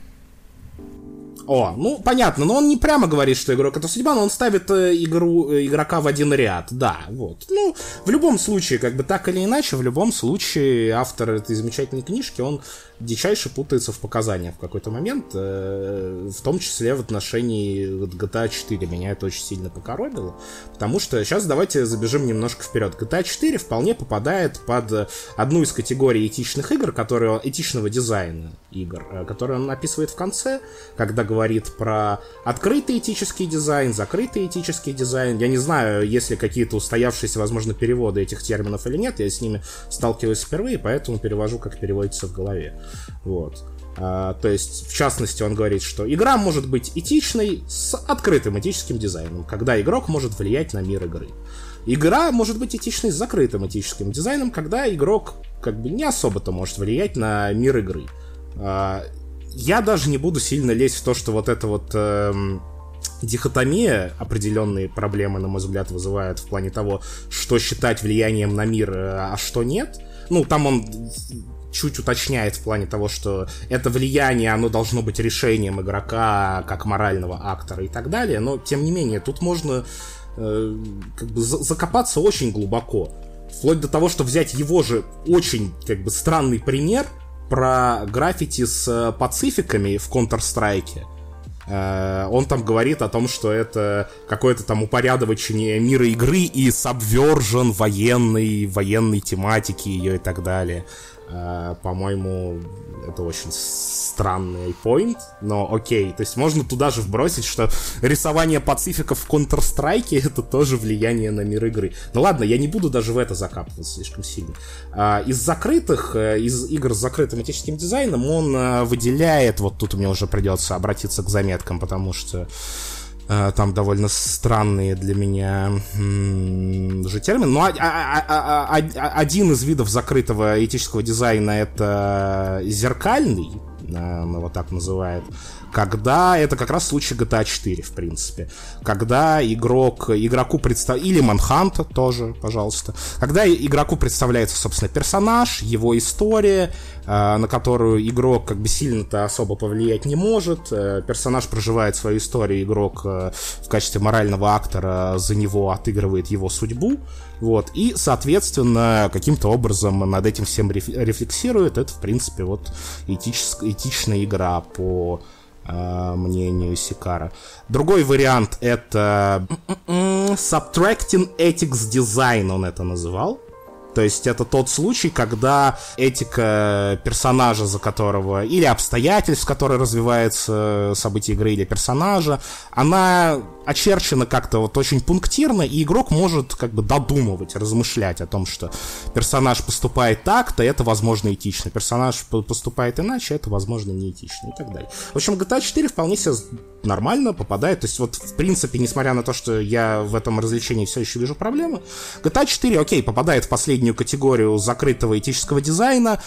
Ну, понятно, но он не прямо говорит, что игрок — это судьба, но он ставит игрока в один ряд, да, вот. Ну, в любом случае, как бы так или иначе, в любом случае, автор этой замечательной книжки, он дичайше путается в показаниях в какой-то момент, в том числе в отношении GTA 4. Меня это очень сильно покоробило, потому что сейчас давайте забежим немножко вперед. GTA 4 вполне попадает под одну из категорий этичных игр, этичного дизайна игр, который он описывает в конце, когда говорит про открытый этический дизайн, закрытый этический дизайн. Я не знаю, есть ли какие-то устоявшиеся, возможно, переводы этих терминов или нет, я с ними сталкиваюсь впервые, поэтому перевожу, как переводится в голове. Вот. То есть, в частности, он говорит, что игра может быть этичной с открытым этическим дизайном, когда игрок может влиять на мир игры. Игра может быть этичной с закрытым этическим дизайном, когда игрок как бы не особо-то может влиять на мир игры. Я даже не буду сильно лезть в то, что вот это вот дихотомия определенные проблемы, на мой взгляд, вызывает в плане того, что считать влиянием на мир, а что нет. Ну, там он чуть уточняет в плане того, что это влияние, оно должно быть решением игрока как морального актора и так далее, но, тем не менее, тут можно как бы закопаться очень глубоко. Вплоть до того, что взять его же очень как бы странный пример про граффити с пацификами в Counter-Strike. Он там говорит о том, что это какое-то там упорядочение мира игры и subversion военной тематики ее и так далее. По-моему, это очень странный point, но окей. То есть можно туда же вбросить, что рисование пацификов в Counter-Strike это тоже влияние на мир игры. Ну ладно, я не буду даже в это закапываться слишком сильно. Из игр с закрытым этическим дизайном он выделяет, вот тут мне уже придется обратиться к заметкам, потому что там довольно странные для меня же термины. Но один из видов закрытого этического дизайна — это зеркальный, его так называют, когда это как раз случай GTA 4, в принципе. Когда игроку представляется... Или Manhunt тоже, пожалуйста. Когда игроку представляется, собственно, персонаж, его история, на которую игрок как бы сильно-то особо повлиять не может. Персонаж проживает свою историю, игрок в качестве морального актора за него отыгрывает его судьбу. Вот. И, соответственно, каким-то образом над этим всем рефлексирует. Это, в принципе, вот этичная игра по мнению Сикара. Другой вариант — это Subtracting Ethics Design, он это называл. То есть это тот случай, когда этика персонажа, за которого, или обстоятельств, в которые развивается событие игры, или персонажа, она очерчена как-то вот очень пунктирно, и игрок может как бы додумывать, размышлять о том, что персонаж поступает так-то, это, возможно, этично. Персонаж поступает иначе, это, возможно, неэтично, и так далее. В общем, GTA 4 вполне себе нормально попадает. То есть вот, в принципе, несмотря на то, что я в этом развлечении все еще вижу проблемы, GTA 4, окей, попадает в последнюю категорию закрытого этического дизайна,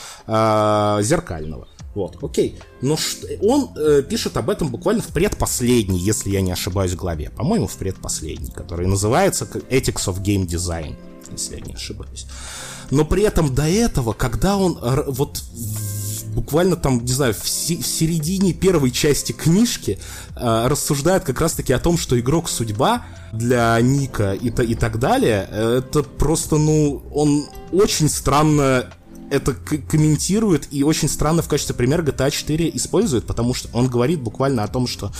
зеркального. Вот, окей. Но он пишет об этом буквально в предпоследней, если я не ошибаюсь, главе. По-моему, в предпоследней, которая называется Ethics of Game Design, если я не ошибаюсь. Но при этом до этого, когда он вот буквально там, не знаю, в середине первой части книжки рассуждает как раз-таки о том, что игрок судьба для Ника и так далее, это просто, ну, он очень странно это комментирует и очень странно в качестве примера GTA 4 использует, потому что он говорит буквально о том, что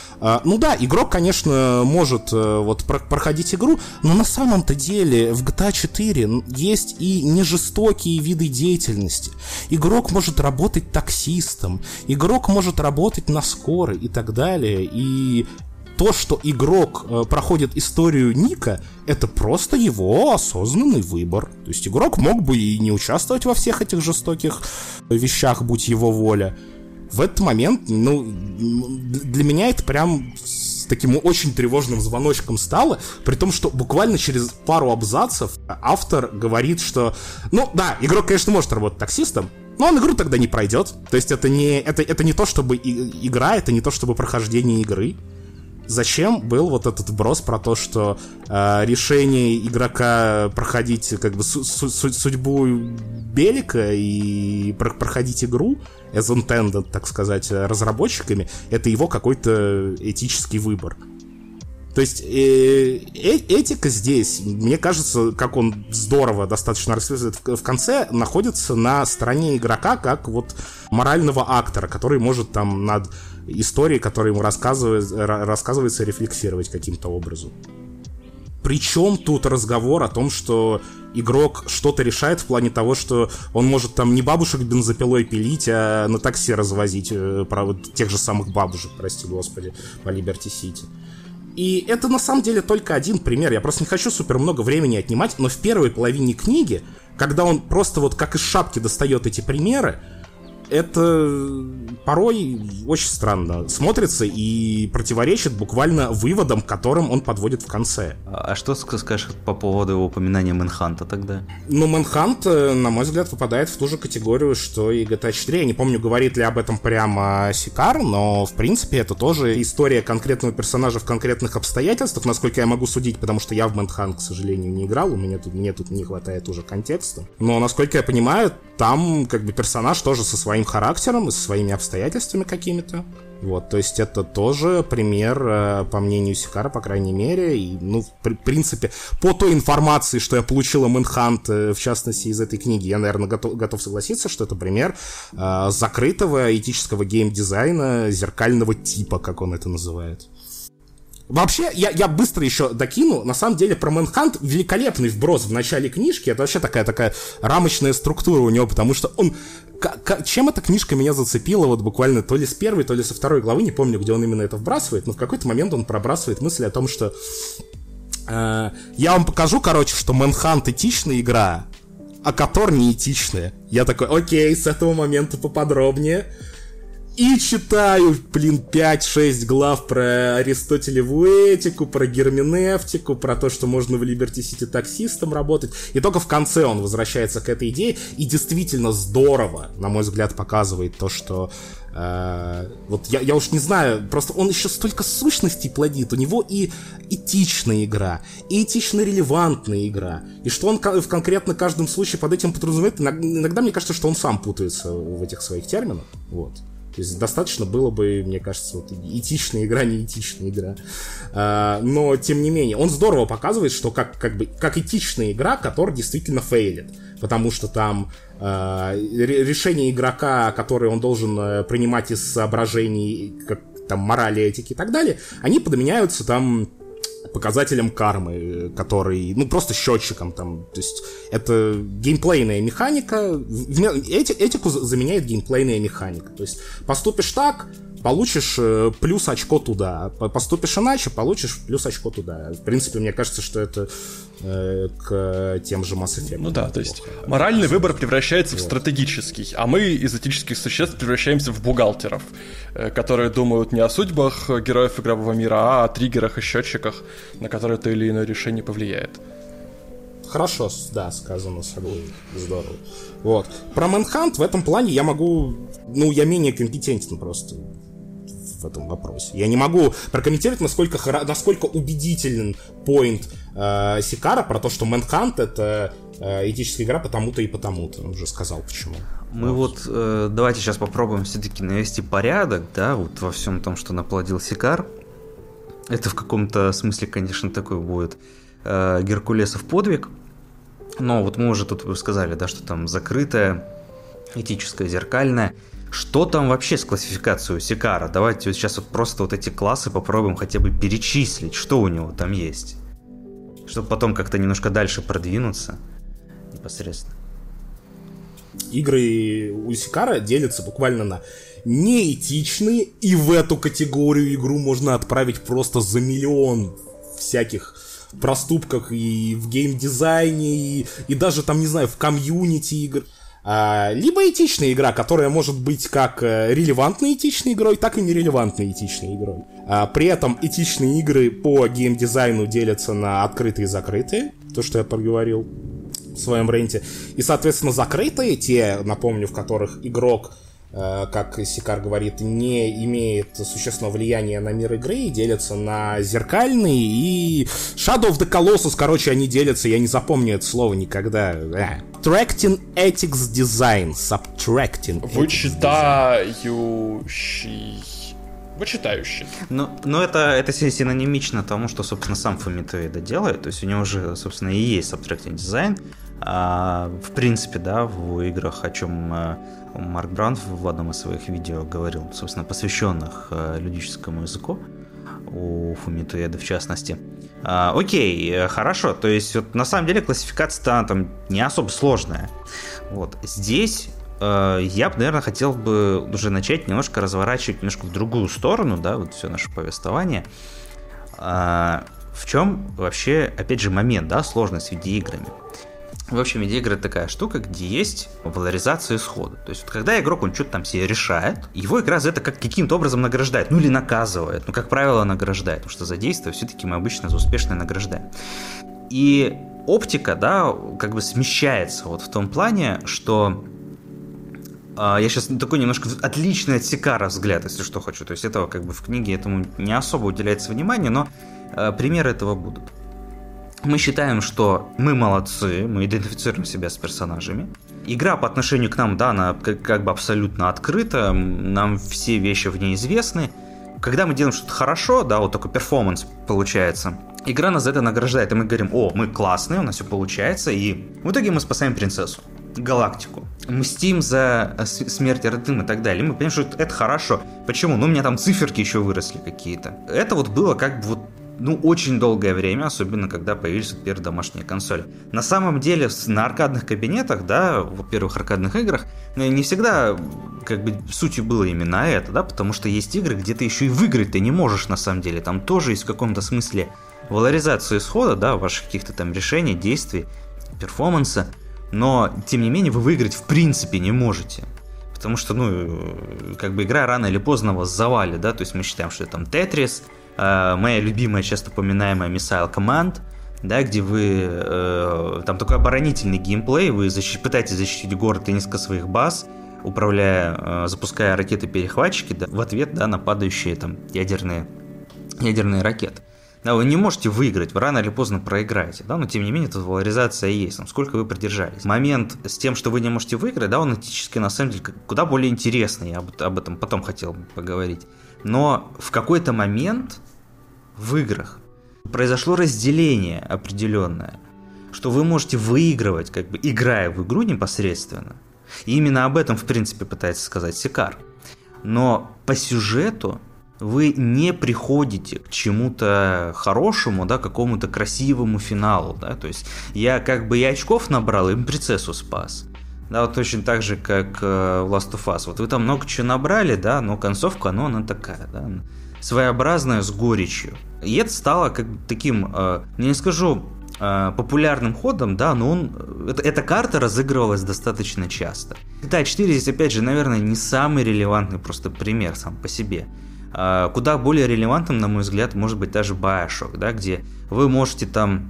ну да, игрок, конечно, может вот проходить игру, но на самом-то деле в GTA 4 есть и нежестокие виды деятельности. Игрок может работать таксистом, игрок может работать на скорой и так далее, и то, что игрок проходит историю Ника, это просто его осознанный выбор. То есть игрок мог бы и не участвовать во всех этих жестоких вещах, будь его воля. В этот момент, ну, для меня это прям с таким очень тревожным звоночком стало, при том, что буквально через пару абзацев автор говорит, что, ну да, игрок, конечно, может работать таксистом, но он игру тогда не пройдет. То есть это не то, чтобы игра, это не то, чтобы прохождение игры. Зачем был вот этот вброс про то, что решение игрока проходить как бы судьбу Белика и проходить игру as intended, так сказать, разработчиками, это его какой-то этический выбор. То есть этика здесь, мне кажется, как он здорово достаточно рассказывает в конце, находится на стороне игрока как вот морального актора, который может там над историей, которая ему рассказывается, рефлексировать каким-то образом. Причем тут разговор о том, что игрок что-то решает в плане того, что он может там не бабушек бензопилой пилить, а на такси развозить вот тех же самых бабушек, прости господи, по Либерти-Сити. И это на самом деле только один пример. Я просто не хочу супер много времени отнимать, но в первой половине книги, когда он просто вот как из шапки достает эти примеры, это порой очень странно смотрится и противоречит буквально выводам, к которым он подводит в конце. А что скажешь по поводу упоминания Мэнханта тогда? Ну, Мэнхант, на мой взгляд, попадает в ту же категорию, что и GTA 4. Я не помню, говорит ли об этом прямо Сикар, но, в принципе, это тоже история конкретного персонажа в конкретных обстоятельствах, насколько я могу судить, потому что я в Мэнхант, к сожалению, не играл, мне тут не хватает уже контекста. Но, насколько я понимаю, там как бы персонаж тоже со своим характером и со своими обстоятельствами какими-то. Вот, то есть это тоже пример, по мнению Сикара, по крайней мере, и, ну, в принципе, по той информации, что я получил о Мэнхант, в частности, из этой книги, я, наверное, готов согласиться, что это пример закрытого этического геймдизайна зеркального типа, как он это называет. Вообще, я быстро еще докину, на самом деле, про Мэнхант великолепный вброс в начале книжки, это вообще такая рамочная структура у него, потому что он... Чем эта книжка меня зацепила, вот буквально то ли с первой, то ли со второй главы, не помню, где он именно это вбрасывает, но в какой-то момент он пробрасывает мысль о том, что... я вам покажу, короче, что Мэнхант этичная игра, а Котор не этичная. Я такой, окей, с этого момента поподробнее... И читаю, 5-6 глав про Аристотелеву этику, про герменевтику, про то, что можно в Liberty City таксистом работать. И только в конце он возвращается к этой идее. И действительно здорово, на мой взгляд, показывает то, что... вот я уж не знаю, просто он еще столько сущностей плодит. У него и этичная игра, и этично-релевантная игра. И что он в конкретно каждом случае под этим подразумевает, иногда мне кажется, что он сам путается в этих своих терминах. Вот. То есть достаточно было бы, мне кажется, вот этичная игра, не этичная игра. Но, тем не менее, он здорово показывает, что как этичная игра, которая действительно фейлит. Потому что там решения игрока, которые он должен принимать из соображений, как там морали, этики и так далее, они подменяются там показателем кармы, который, ну, просто счетчиком там, то есть это геймплейная механика, этику заменяет геймплейная механика, то есть поступишь так, получишь плюс очко туда, поступишь иначе, получишь плюс очко туда. В принципе, мне кажется, что это к тем же Mass Effect. Ну да, то есть моральный выбор превращается в стратегический, а мы из этических существ превращаемся в бухгалтеров, которые думают не о судьбах героев игрового мира, а о триггерах и счетчиках, на которые то или иное решение повлияет. Хорошо, да, сказано, согласен, здорово. Вот. Про Мэнхант в этом плане я могу... Ну, я менее компетентен просто в этом вопросе. Я не могу прокомментировать, насколько убедителен поинт Сикара про то, что Мэнхант — это этическая игра потому-то и потому-то. Он уже сказал, почему. Мы давайте сейчас попробуем все-таки навести порядок, да, вот во всем том, что наплодил Сикар. Это в каком-то смысле, конечно, такой будет Геркулесов подвиг. Но вот мы уже тут сказали, да, что там закрытая, этическая, зеркальная. Что там вообще с классификацией у Сикара? Давайте вот сейчас вот просто вот эти классы попробуем хотя бы перечислить, что у него там есть. Чтобы потом как-то немножко дальше продвинуться непосредственно. Игры у Сикара делятся буквально на неэтичные, и в эту категорию игру можно отправить просто за миллион всяких проступках и в геймдизайне, и даже там, не знаю, в комьюнити игр. Либо этичная игра, которая может быть как релевантной этичной игрой, так и нерелевантной этичной игрой. При этом этичные игры по геймдизайну делятся на открытые и закрытые, то, что я проговорил в своем ренте. И, соответственно, закрытые, те, напомню, в которых игрок, как Сикар говорит, не имеет существенного влияния на мир игры, и делятся на зеркальные и Shadow of the Colossus, короче, они делятся, я не запомню это слово никогда. Subtracting Ethics Design. Subtracting. Вычитающий. Но это синонимично тому, что, собственно, сам Фумито Уэда делает. То есть у него же, собственно, и есть Subtracting Design. В принципе, да, в играх, о чем Марк Браун в одном из своих видео говорил, собственно, посвященных логическому языку, у Фумито Уэда в частности. Окей, хорошо, то есть вот, на самом деле классификация там не особо сложная. Вот. Здесь я бы, наверное, хотел бы уже начать немножко разворачивать немножко в другую сторону, да, вот все наше повествование. В чем вообще, опять же, момент, да, сложность с видеоиграми? В общем, видеоигры такая штука, где есть валоризация исхода. То есть, вот, когда игрок, он что-то там себе решает, его игра за это каким-то образом награждает, ну или наказывает. Ну, как правило, награждает, потому что за действие все-таки мы обычно за успешное награждаем. И оптика, да, как бы смещается вот в том плане, что я сейчас такой немножко отличный от Сикара взгляд, если что хочу. То есть, этого как бы в книге этому не особо уделяется внимание, но примеры этого будут. Мы считаем, что мы молодцы, мы идентифицируем себя с персонажами. Игра по отношению к нам, да, она как бы абсолютно открыта, нам все вещи в ней известны. Когда мы делаем что-то хорошо, да, вот такой перформанс получается, игра нас за это награждает, и мы говорим: о, мы классные, у нас все получается, и в итоге мы спасаем принцессу, галактику, мстим за смерть Родым и так далее. И мы понимаем, что это хорошо. Почему? Ну, у меня там циферки еще выросли какие-то. Это вот было как бы вот, ну, очень долгое время, особенно когда появились вот первые домашние консоли. На самом деле, на аркадных кабинетах, да, в первых аркадных играх, не всегда как бы сутью было именно это, да, потому что есть игры, где ты еще и выиграть ты не можешь на самом деле. Там тоже есть в каком-то смысле валоризация исхода, да, ваших каких-то там решений, действий, перформанса, но, тем не менее, вы выиграть в принципе не можете. Потому что, ну, как бы игра рано или поздно вас завалит, да, то есть мы считаем, что это там Тетрис, моя любимая, часто упоминаемая Missile Command, да, где вы, там такой оборонительный геймплей, вы пытаетесь защитить город и несколько своих баз, управляя, запуская ракеты-перехватчики, да, в ответ, да, на падающие там ядерные ракеты. Да, вы не можете выиграть, вы рано или поздно проиграете, да, но тем не менее тут валоризация есть, там, сколько вы продержались. Момент с тем, что вы не можете выиграть, да, он этически на самом деле куда более интересный, я об этом потом хотел поговорить. Но в какой-то момент в играх произошло разделение определенное, что вы можете выигрывать, как бы играя в игру непосредственно. И именно об этом, в принципе, пытается сказать Сикар. Но по сюжету вы не приходите к чему-то хорошему, да, какому-то красивому финалу, да, то есть я как бы и очков набрал, и принцессу спас. Да, вот точно так же, как в Last of Us. Вот вы там много чего набрали, да, но концовка, она такая, да, своеобразная, с горечью. И это стало как бы таким, не скажу, популярным ходом, да, но эта карта разыгрывалась достаточно часто. GTA 4 здесь, опять же, наверное, не самый релевантный просто пример сам по себе. Куда более релевантным, на мой взгляд, может быть даже BioShock, да, где вы можете там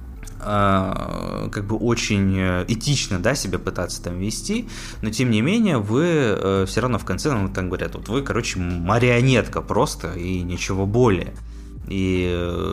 как бы очень этично, да, себя пытаться там вести, но тем не менее вы все равно в конце, ну, там говорят, вот вы, короче, марионетка просто и ничего более. И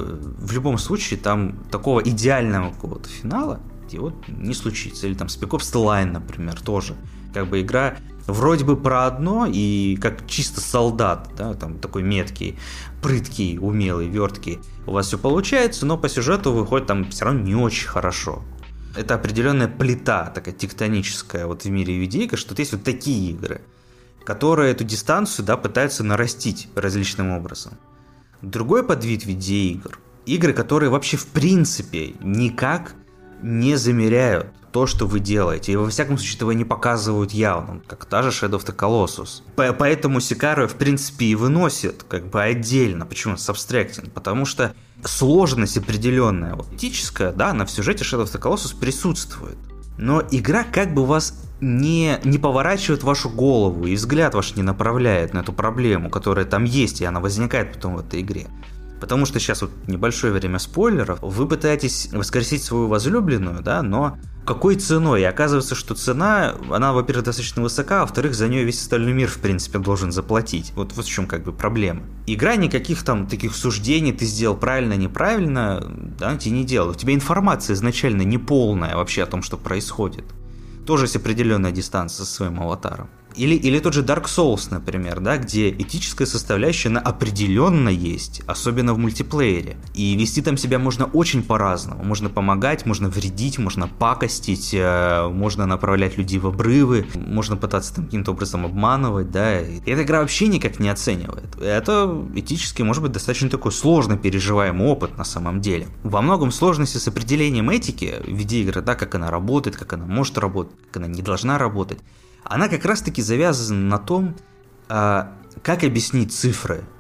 в любом случае там такого идеального какого-то финала его не случится. Или там Spec Ops The Line, например, тоже. Как бы игра вроде бы про одно, и как чисто солдат, да, там такой меткий, прыткий, умелый, верткий, у вас все получается, но по сюжету выходит там все равно не очень хорошо. Это определенная плита, такая тектоническая вот в мире видеоигр, что есть вот такие игры, которые эту дистанцию, да, пытаются нарастить различным образом. Другой подвид видеоигр, игры, которые вообще в принципе никак не замеряют то, что вы делаете, и во всяком случае этого не показывают явно, как та же Shadow of the Colossus. Поэтому Сикару в принципе и выносит как бы отдельно. Почему? С Abstracting. Потому что сложность определенная, вот, этическая, да, она в сюжете Shadow of the Colossus присутствует. Но игра как бы вас не поворачивает вашу голову, и взгляд ваш не направляет на эту проблему, которая там есть, и она возникает потом в этой игре. Потому что сейчас вот небольшое время спойлеров, вы пытаетесь воскресить свою возлюбленную, да, но какой ценой? И оказывается, что цена, она, во-первых, достаточно высока, а во-вторых, за нее весь остальной мир, в принципе, должен заплатить. Вот в чем как бы проблема. Игра никаких там таких суждений, ты сделал правильно, неправильно, да, тебе не делает. У тебя информация изначально неполная вообще о том, что происходит. Тоже есть определенная дистанция со своим аватаром. Или тот же Dark Souls, например, да, где этическая составляющая она определенно есть, особенно в мультиплеере. И вести там себя можно очень по-разному. Можно помогать, можно вредить, можно пакостить, можно направлять людей в обрывы, можно пытаться там каким-то образом обманывать, да. И эта игра вообще никак не оценивает. Это этически может быть достаточно такой сложно переживаемый опыт на самом деле. Во многом сложности с определением этики видеоигры, да, как она работает, как она может работать, как она не должна работать, она как раз-таки завязана на том, как объяснить цифры.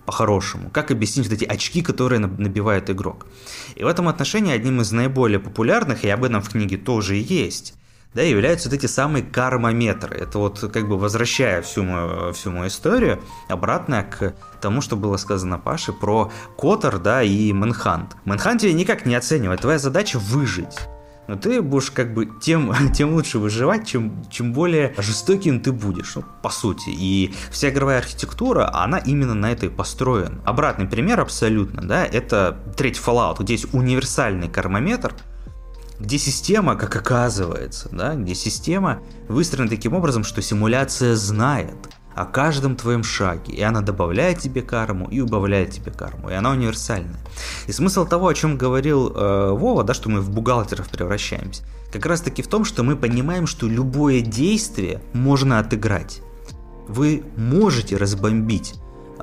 по-хорошему? Как объяснить вот эти очки, которые набивает игрок? И в этом отношении одним из наиболее популярных, и об этом в книге тоже есть, да, являются вот эти самые кармометры. Это вот как бы возвращая всю мою историю обратно к тому, что было сказано Паше про Котор, да, и Мэнхант. Мэнхант тебя никак не оценивает, твоя задача выжить. Но ты будешь как бы тем лучше выживать, чем более жестоким ты будешь, ну, по сути. И вся игровая архитектура, она именно на это и построена. Обратный пример абсолютно, да, это третий Fallout, где есть универсальный кармометр, где система, как оказывается, да, где система выстроена таким образом, что симуляция знает о каждом твоем шаге, и она добавляет тебе карму и убавляет тебе карму, и она универсальная. И смысл того, о чем говорил Вова, да, что мы в бухгалтеров превращаемся, как раз таки в том, что мы понимаем, что любое действие можно отыграть. Вы можете разбомбить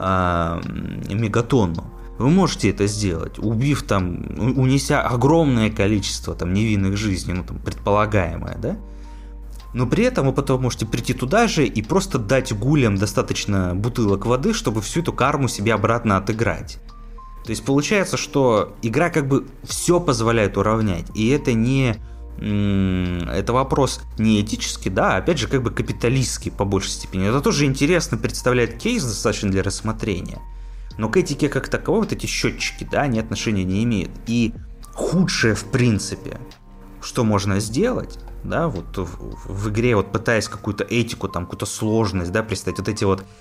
мегатонну, вы можете это сделать, убив там, унеся огромное количество там невинных жизней, ну там предполагаемое, да? Но при этом вы потом можете прийти туда же и просто дать гулям достаточно бутылок воды, чтобы всю эту карму себе обратно отыграть. То есть получается, что игра как бы все позволяет уравнять, и это не... Это вопрос не этический, да, а опять же как бы капиталистский по большей степени. Это тоже интересно представляет кейс достаточно для рассмотрения. Но к этике как таковой вот эти счетчики, да, они отношения не имеют. И худшее в принципе, что можно сделать, да, вот в игре, вот пытаясь какую-то этику, там, какую-то сложность, да, представить, вот эти вот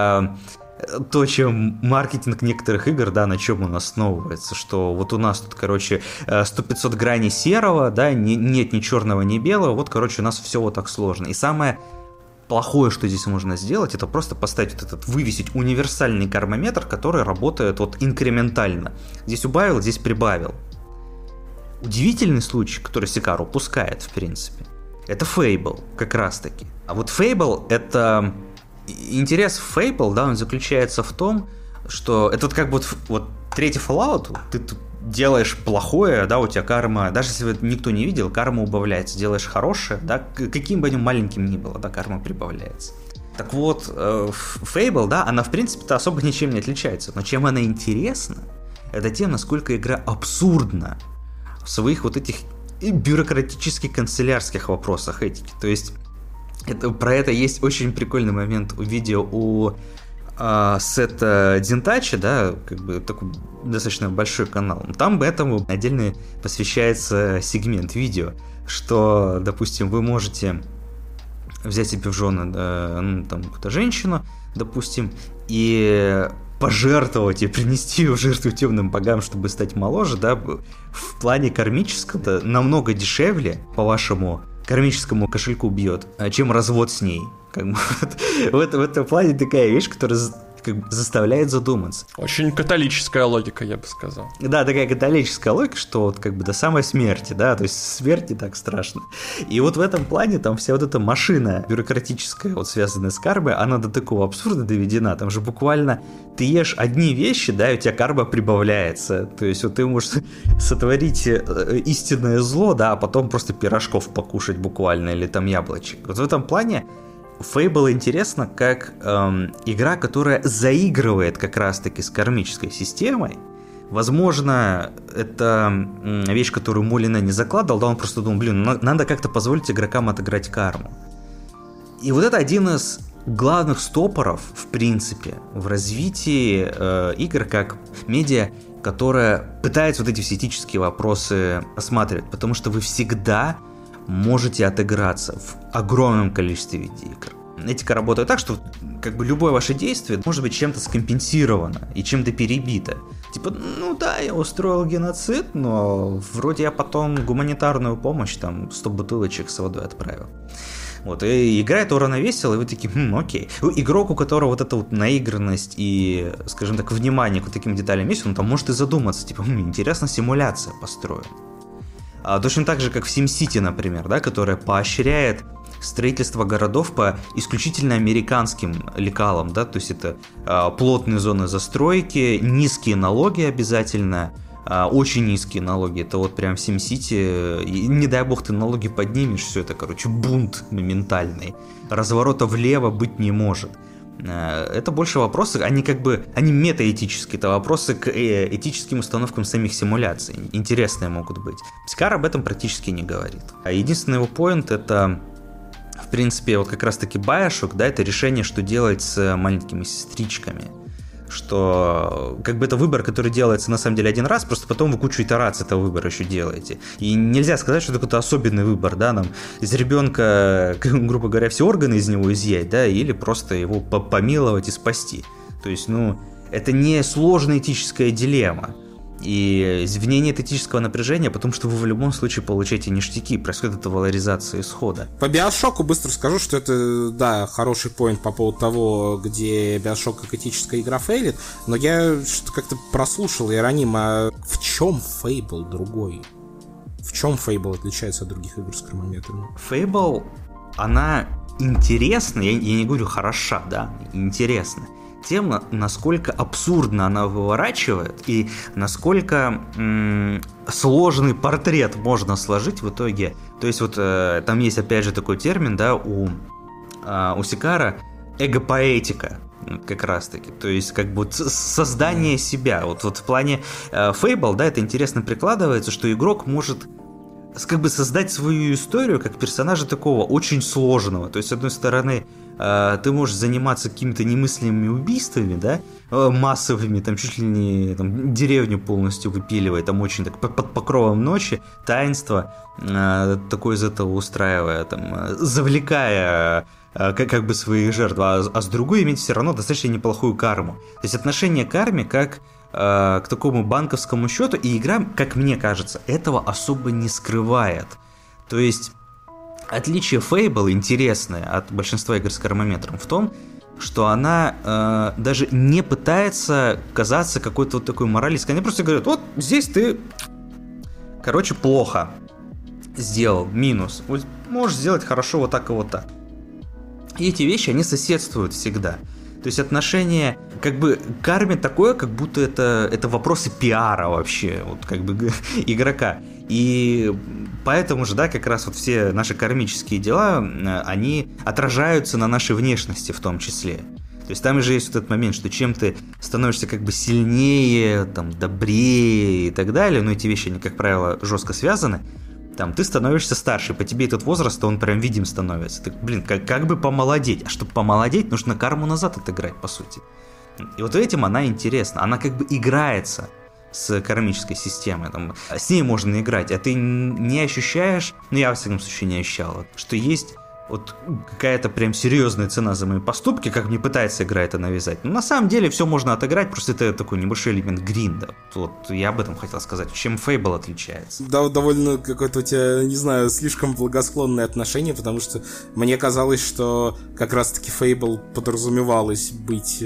то, чем маркетинг некоторых игр, да, на чем он основывается, что вот у нас тут, короче, 100-500 граней серого, да, нет ни черного, ни белого, вот, короче, у нас все вот так сложно. И самое плохое, что здесь можно сделать, это просто поставить вот этот, вывесить универсальный кармометр, который работает вот инкрементально. Здесь убавил, здесь прибавил. Удивительный случай, который Сикару упускает, в принципе, это Fable, как раз таки. А вот Fable, это... Интерес в Fable, да, он заключается в том, что это вот как бы вот третий Fallout, ты делаешь плохое, да, у тебя карма, даже если никто не видел, карма убавляется, делаешь хорошее, да, каким бы ним маленьким ни было, да, карма прибавляется. Так вот, Fable, да, она в принципе-то особо ничем не отличается, но чем она интересна, это тем, насколько игра абсурдна в своих вот этих бюрократических канцелярских вопросах этики. То есть про это есть очень прикольный момент у видео у Сета Динтачи, да, как бы такой достаточно большой канал. Там этому отдельно посвящается сегмент видео, что, допустим, вы можете взять себе в жены, ну, там, какую-то женщину, допустим, и пожертвовать и принести ее в жертву темным богам, чтобы стать моложе, да, в плане кармического намного дешевле, по вашему кармическому кошельку бьет, чем развод с ней. Как бы, вот, в этом плане такая вещь, которая как бы заставляет задуматься. Очень католическая логика, я бы сказал. Да, такая католическая логика, что вот как бы до самой смерти, да, то есть смерть не так страшно. И вот в этом плане там вся вот эта машина бюрократическая, вот связанная с кармой, она до такого абсурда доведена. Там же буквально ты ешь одни вещи, да, и у тебя карма прибавляется. То есть вот ты можешь сотворить истинное зло, да, а потом просто пирожков покушать буквально, или там яблочек. Вот в этом плане Fable интересно как игра, которая заигрывает как раз-таки с кармической системой. Возможно, это вещь, которую Молина не закладывал, да, он просто думал, надо как-то позволить игрокам отыграть карму. И вот это один из главных стопоров, в принципе, в развитии игр как медиа, которая пытается вот эти все этические вопросы рассматривать, потому что вы всегда можете отыграться в огромном количестве видеоигр. Этика работает так, что как бы любое ваше действие может быть чем-то скомпенсировано и чем-то перебито. Типа, ну да, я устроил геноцид, но вроде я потом гуманитарную помощь, там, 100 бутылочек с водой отправил. Вот, и игра это уравновесила, и вы такие, окей. Игрок, у которого вот эта вот наигранность и, скажем так, внимание к вот таким деталям есть, он там может и задуматься, типа, интересно, симуляция построена. Точно так же, как в SimCity, например, да, которая поощряет строительство городов по исключительно американским лекалам, да, то есть это плотные зоны застройки, низкие налоги обязательно, очень низкие налоги, это вот прям в SimCity, не дай бог ты налоги поднимешь, все это, короче, бунт моментальный, разворота влево быть не может. Это больше вопросы, они метаэтические, это вопросы к этическим установкам самих симуляций, интересные могут быть. Сикара об этом практически не говорит. А единственный его поинт — это, в принципе, вот как раз-таки Bioshock, да, это решение, что делать с маленькими сестричками. Что как бы это выбор, который делается на самом деле один раз, просто потом вы кучу итераций этого выбора еще делаете. И нельзя сказать, что это какой-то особенный выбор, да, нам из ребенка, грубо говоря, все органы из него изъять, да, или просто его помиловать и спасти. То есть, это не сложная этическая дилемма. И вне нет этического напряжения, потому что вы в любом случае получаете ништяки, происходит эта валоризация исхода. По Биошоку быстро скажу, что это, да, хороший поинт по поводу того, где Биошок как этическая игра фейлит, но я что-то как-то прослушал, Иероним, а в чем Fable другой? В чем Fable отличается от других игр с хронометрами? Fable, она интересна, я не говорю хороша, да, интересна тем, насколько абсурдно она выворачивает и насколько сложный портрет можно сложить в итоге. То есть вот там есть опять же такой термин, да, у Сикара эго-поэтика как раз-таки, то есть как бы создание себя. Вот в плане Fable, да, это интересно прикладывается, что игрок может как бы создать свою историю как персонажа такого очень сложного. То есть, с одной стороны, ты можешь заниматься какими-то немыслимыми убийствами, да, массовыми, там чуть ли не там, деревню полностью выпиливая, там очень так под покровом ночи, таинство такое из этого устраивая, там, завлекая как бы своих жертв, а с другой иметь все равно достаточно неплохую карму. То есть отношение к карме как к такому банковскому счету, и игра, как мне кажется, этого особо не скрывает. То есть отличие Fable интересное от большинства игр с кармометром в том, что она даже не пытается казаться какой-то вот такой моралисткой. Они просто говорят, вот здесь ты, короче, плохо сделал, минус. Вот можешь сделать хорошо вот так и вот так. И эти вещи, они соседствуют всегда. То есть отношение как бы к карме такое, как будто это вопросы пиара вообще, вот как бы игрока. И поэтому же, да, как раз вот все наши кармические дела, они отражаются на нашей внешности в том числе. То есть там же есть вот этот момент, что чем ты становишься как бы сильнее, там, добрее и так далее, но эти вещи, они, как правило, жестко связаны, там, ты становишься старше, по тебе этот возраст, он прям видим становится. Ты, блин, как бы помолодеть? А чтобы помолодеть, нужно карму назад отыграть, по сути. И вот этим она интересна. Она как бы играется с кармической системой. Там, с ней можно играть, а ты не ощущаешь, ну я, во всяком случае, не ощущал, что есть вот какая-то прям серьезная цена за мои поступки, как мне пытается игра это навязать. Но на самом деле все можно отыграть, просто это такой небольшой элемент гринда. Вот я об этом хотел сказать. Чем Fable отличается? Да, довольно какое-то у тебя, не знаю, слишком благосклонное отношение, потому что мне казалось, что как раз-таки Fable подразумевалось быть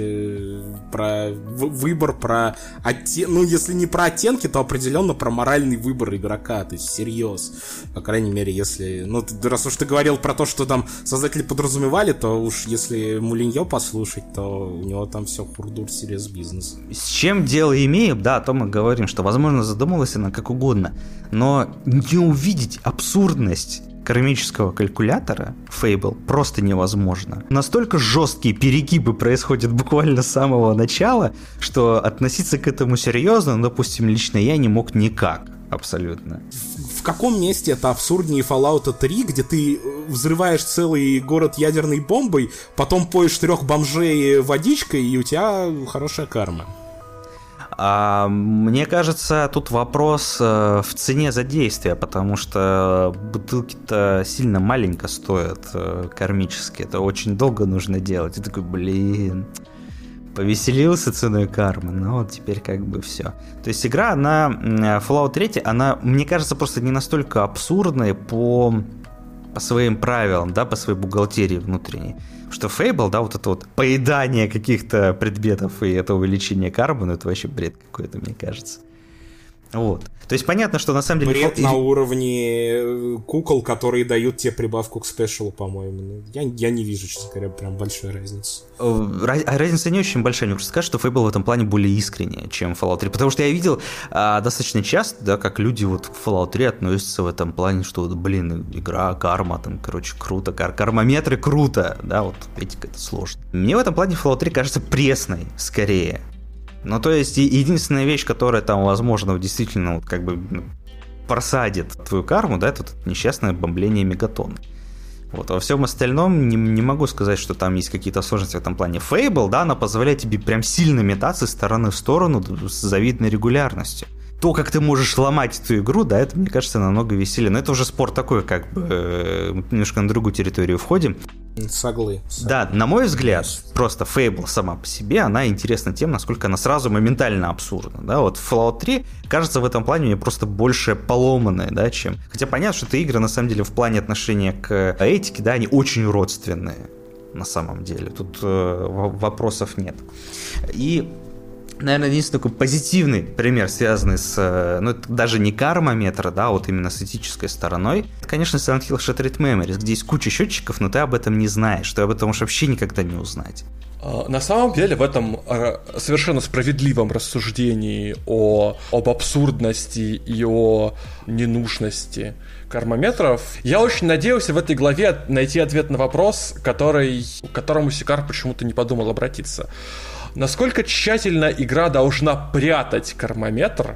про выбор, про ну, если не про оттенки, то определенно про моральный выбор игрока, то есть всерьез. По крайней мере, если... Ну, раз уж ты говорил про то, что там создатели подразумевали, то уж если Мулиньё послушать, то у него там все хурдур серьез бизнес. С чем дело имеем, да, о том мы говорим, что, возможно, задумалась она как угодно, но не увидеть абсурдность кармического калькулятора Fable просто невозможно. Настолько жесткие перегибы происходят буквально с самого начала, что относиться к этому серьезно, допустим, лично я не мог никак. Абсолютно. В каком месте это абсурднее Fallout 3, где ты взрываешь целый город ядерной бомбой, потом поешь 3 бомжей водичкой, и у тебя хорошая карма? Мне кажется, тут вопрос в цене за действие, потому что бутылки-то сильно маленько стоят кармически. Это очень долго нужно делать. И такой, блин... Повеселился ценой кармы, но вот теперь как бы все. То есть игра, она, Fallout 3, она, мне кажется, просто не настолько абсурдная по своим правилам, да, по своей бухгалтерии внутренней. Что Fable, да, вот это вот поедание каких-то предметов и это увеличение кармы, ну это вообще бред какой-то, мне кажется. Вот. То есть понятно, что на самом деле... Бред на уровне кукол, которые дают тебе прибавку к спешалу, по-моему. Я не вижу, честно говоря, прям большой разницы. Разница не очень большая. Мне просто скажу, что Fable в этом плане более искренняя, чем Fallout 3. Потому что я видел достаточно часто, да, как люди вот к Fallout 3 относятся в этом плане, что, блин, игра, карма, там, короче, круто, кармометры круто, да, вот этика это сложно. Мне в этом плане Fallout 3 кажется пресной, скорее. Ну, то есть, единственная вещь, которая там, возможно, действительно, вот, как бы просадит твою карму, да, это несчастное бомбление мегатонны. Вот, во всем остальном не могу сказать, что там есть какие-то сложности в этом плане. Fable, да, она позволяет тебе прям сильно метаться из стороны в сторону с завидной регулярностью. То, как ты можешь ломать эту игру, да, это, мне кажется, намного веселее. Но это уже спор такой, как бы, немножко на другую территорию входим. Соглы. Да, на мой взгляд, просто Fable сама по себе, она интересна тем, насколько она сразу моментально абсурдна, да, вот Fallout 3, кажется, в этом плане мне просто больше поломанная, да, чем... Хотя понятно, что это игры, на самом деле, в плане отношения к этике, да, они очень родственные, на самом деле, тут вопросов нет. И... Наверное, единственный такой позитивный пример, связанный с, ну, это даже не кармометра, да, вот именно с этической стороной. Это, конечно, Silent Hill Shattered Memories, где есть куча счетчиков, но ты об этом не знаешь, ты об этом можешь вообще никогда не узнать. На самом деле в этом совершенно справедливом рассуждении об абсурдности и о ненужности кармометров, я очень надеялся в этой главе найти ответ на вопрос, к которому Сикар почему-то не подумал обратиться. Насколько тщательно игра должна прятать кармометр,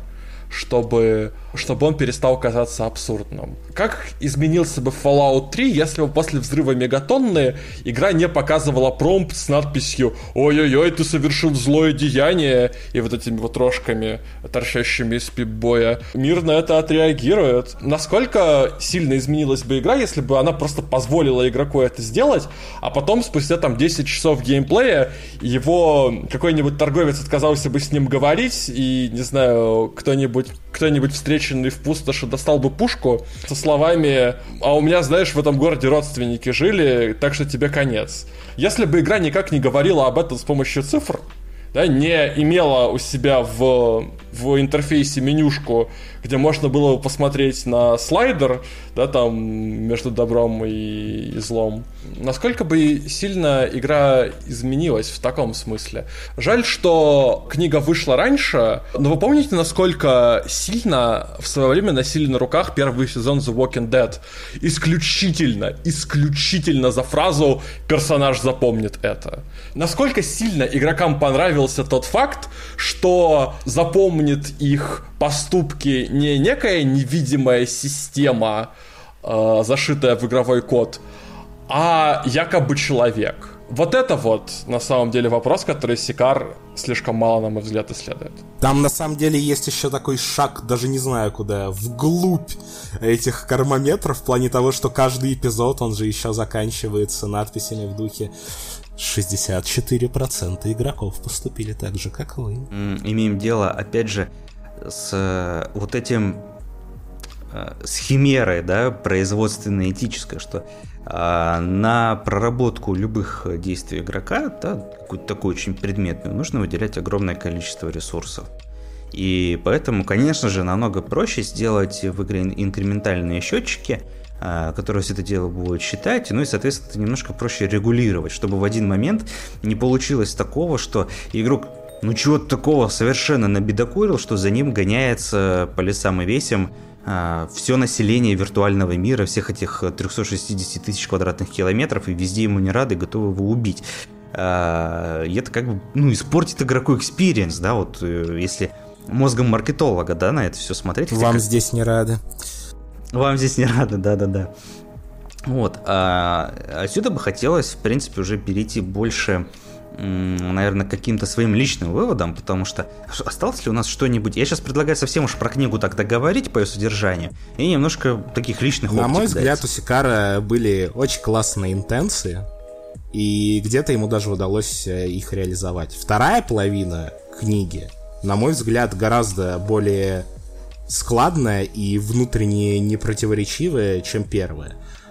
чтобы он перестал казаться абсурдным? Как изменился бы Fallout 3, если бы после взрыва мегатонны игра не показывала промпт с надписью «Ой-ой-ой, ты совершил злое деяние» и вот этими вот рожками, торчащими из пип-боя? Мир на это отреагирует. Насколько сильно изменилась бы игра, если бы она просто позволила игроку это сделать, а потом, спустя там 10 часов геймплея, его какой-нибудь торговец отказался бы с ним говорить, и, не знаю, кто-нибудь встреченный в пустоши достал бы пушку со словами «А у меня, знаешь, в этом городе родственники жили, так что тебе конец». Если бы игра никак не говорила об этом с помощью цифр, да, не имела у себя в интерфейсе менюшку, где можно было посмотреть на слайдер, да, там, между добром и злом, насколько бы сильно игра изменилась в таком смысле. Жаль, что книга вышла раньше, но вы помните, насколько сильно в свое время носили на руках первый сезон The Walking Dead? Исключительно за фразу «персонаж запомнит это». Насколько сильно игрокам понравился тот факт, что запомнит их поступки не некая невидимая система, зашитая в игровой код, а якобы человек. Вот это вот, на самом деле, вопрос, который Сикар слишком мало, на мой взгляд, исследует. Там, на самом деле, есть еще такой шаг, даже не знаю куда, вглубь этих кармометров, в плане того, что каждый эпизод, он же еще заканчивается надписями в духе 64% игроков поступили так же, как вы. Имеем дело, опять же, с вот этим с химерой, да, производственно-этической, что на проработку любых действий игрока, да, какую-то такую очень предметную, нужно выделять огромное количество ресурсов. И поэтому, конечно же, намного проще сделать в игре инкрементальные счетчики, которые все это дело будут считать, ну и, соответственно, это немножко проще регулировать, чтобы в один момент не получилось такого, что игрок, ну чего-то такого совершенно набедокурил, что за ним гоняется по лесам и весям все население виртуального мира, всех этих 360 тысяч квадратных километров, и везде ему не рады, готовы его убить. И это как бы, ну, испортит игроку экспириенс, да, вот если мозгом маркетолога, да, на это все смотреть. Вам здесь не рады. Вам здесь не рады, да-да-да. Вот, отсюда бы хотелось, в принципе, уже перейти больше, наверное, к каким-то своим личным выводам, потому что осталось ли у нас что-нибудь... Я сейчас предлагаю совсем уж про книгу тогда говорить по ее содержанию и немножко таких личных оптик. На мой взгляд, у Сикара были очень классные интенции, и где-то ему даже удалось их реализовать. Вторая половина книги, на мой взгляд, гораздо более складная и внутренне непротиворечивая, чем первая.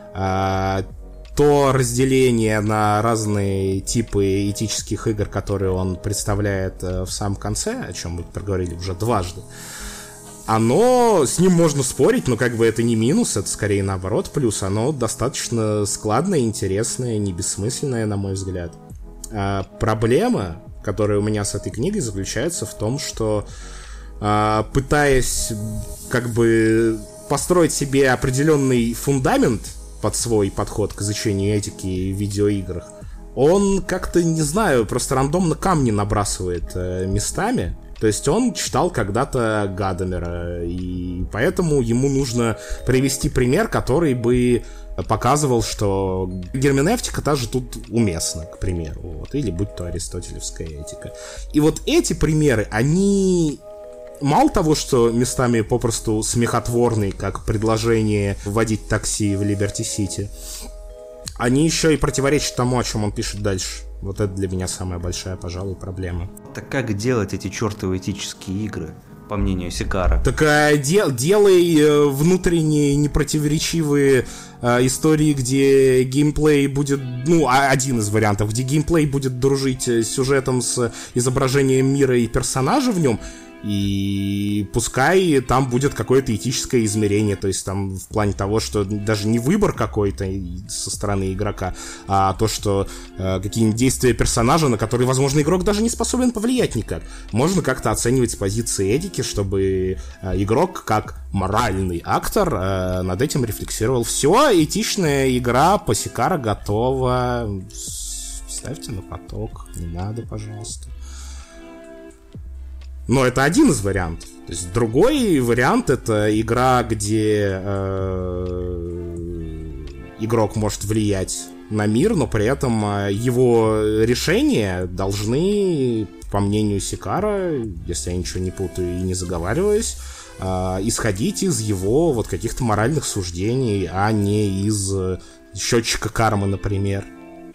То разделение на разные типы этических игр, которые он представляет в самом конце, о чем мы проговорили уже дважды, оно, с ним можно спорить, но как бы это не минус, это скорее наоборот плюс. Оно достаточно складное, интересное, не бессмысленное, на мой взгляд. Проблема, которая у меня с этой книгой, заключается в том, что пытаясь как бы построить себе определенный фундамент под свой подход к изучению этики в видеоиграх, он как-то, не знаю, просто рандомно камни набрасывает местами. То есть он читал когда-то Гадамера, и поэтому ему нужно привести пример, который бы показывал, что герменевтика даже тут уместна, к примеру, вот, или будь то аристотелевская этика. И вот эти примеры, они мало того, что местами попросту смехотворные, как предложение вводить такси в Либерти-Сити, они еще и противоречат тому, о чем он пишет дальше. Вот это для меня самая большая, пожалуй, проблема. Так как делать эти чертовы этические игры, по мнению Сикара? Так делай внутренние непротиворечивые истории, где геймплей будет, один из вариантов, где геймплей будет дружить с сюжетом, с изображением мира и персонажа в нем, и пускай там будет какое-то этическое измерение, то есть там в плане того, что даже не выбор какой-то со стороны игрока, а то, что какие-нибудь действия персонажа, на которые, возможно, игрок даже не способен повлиять никак, можно как-то оценивать с позиции этики, чтобы игрок, как моральный актор, над этим рефлексировал. Все, этичная игра по Сикара готова. Ставьте на поток, не надо, пожалуйста. Но это один из вариантов. То есть другой вариант — это игра, где игрок может влиять на мир, но при этом его решения должны, по мнению Сикара, если я ничего не путаю и не заговариваюсь, исходить из его вот каких-то моральных суждений, а не из счетчика кармы, например.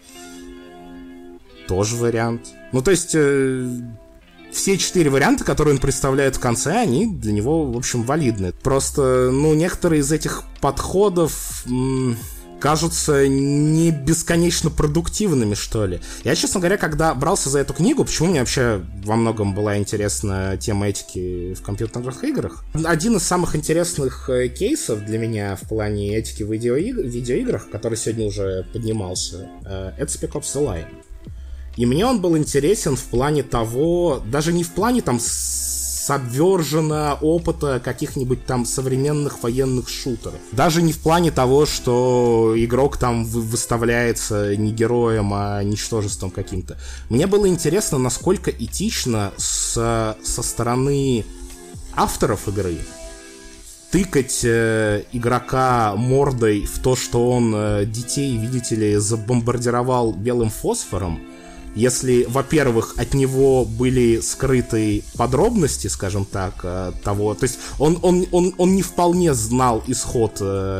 Тоже вариант. То есть все 4 варианта, которые он представляет в конце, они для него, в общем, валидны. Просто, некоторые из этих подходов кажутся не бесконечно продуктивными, что ли. Я, честно говоря, когда брался за эту книгу, почему мне вообще во многом была интересна тема этики в компьютерных играх, один из самых интересных кейсов для меня в плане этики в видеоиграх, который сегодня уже поднимался, это Spec Ops The Line. И мне он был интересен в плане того, даже не в плане там сабвержена опыта каких-нибудь там современных военных шутеров. Даже не в плане того, что игрок там выставляется не героем, а ничтожеством каким-то. Мне было интересно, насколько этично со стороны авторов игры тыкать игрока мордой в то, что он детей, видите ли, забомбардировал белым фосфором, если, во-первых, от него были скрыты подробности, скажем так, того... То есть он не вполне знал исход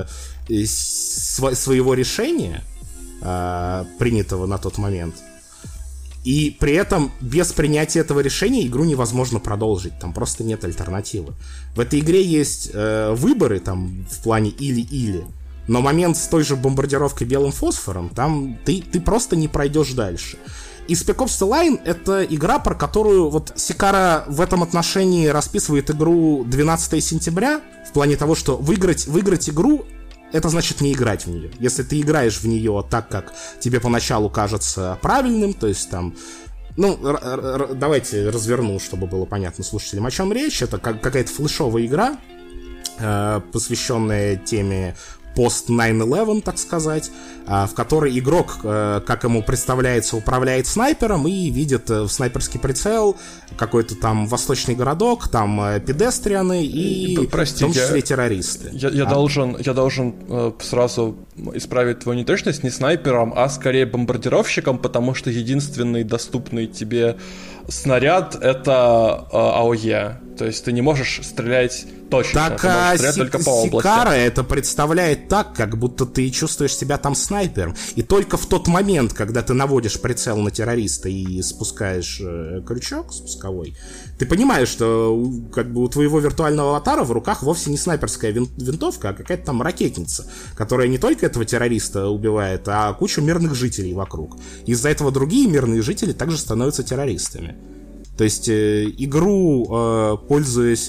своего решения, принятого на тот момент. И при этом без принятия этого решения игру невозможно продолжить. Там просто нет альтернативы. В этой игре есть выборы там в плане или-или. Но момент с той же бомбардировкой белым фосфором, там ты просто не пройдешь дальше. И Spec Ops The Line — это игра, про которую вот Сикара в этом отношении расписывает игру 12 сентября, в плане того, что выиграть игру — это значит не играть в нее. Если ты играешь в нее так, как тебе поначалу кажется правильным, то есть там... давайте разверну, чтобы было понятно слушателям, о чем речь. Это какая-то флешовая игра, посвященная теме пост 9/11, так сказать, в которой игрок, как ему представляется, управляет снайпером и видит в снайперский прицел какой-то там восточный городок, там педестрианы и в том числе террористы. Я должен сразу исправить твою неточность, не снайпером, а скорее бомбардировщиком, потому что единственный доступный тебе снаряд — это АОЕ. То есть ты не можешь стрелять точно. Так, Сикара это представляет так, как будто ты чувствуешь себя там снайпером. И только в тот момент, когда ты наводишь прицел на террориста и спускаешь крючок спусковой, ты понимаешь, что как бы у твоего виртуального аватара в руках вовсе не снайперская винтовка, а какая-то там ракетница, которая не только этого террориста убивает, а кучу мирных жителей вокруг. Из-за этого другие мирные жители также становятся террористами. То есть игру, пользуясь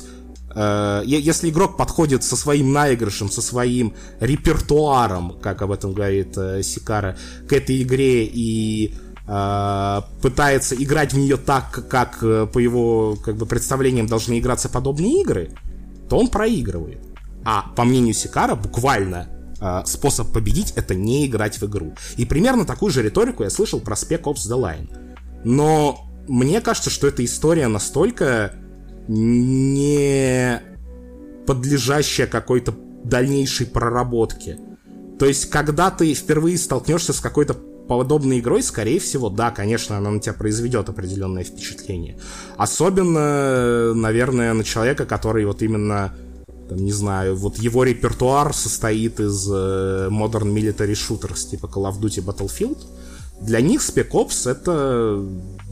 Если игрок подходит со своим наигрышем, со своим репертуаром, как об этом говорит Сикара, к этой игре и пытается играть в нее так, как по его представлениям должны играться подобные игры, то он проигрывает. А по мнению Сикара, буквально способ победить — это не играть в игру. И примерно такую же риторику я слышал про Spec Ops The Line. Но мне кажется, что эта история настолько не подлежащая какой-то дальнейшей проработке. То есть, когда ты впервые столкнешься с какой-то подобной игрой, скорее всего, да, конечно, она на тебя произведет определенное впечатление. Особенно, наверное, на человека, который вот именно, не знаю, вот его репертуар состоит из Modern Military Shooters, типа Call of Duty, Battlefield. Для них Spec Ops — это,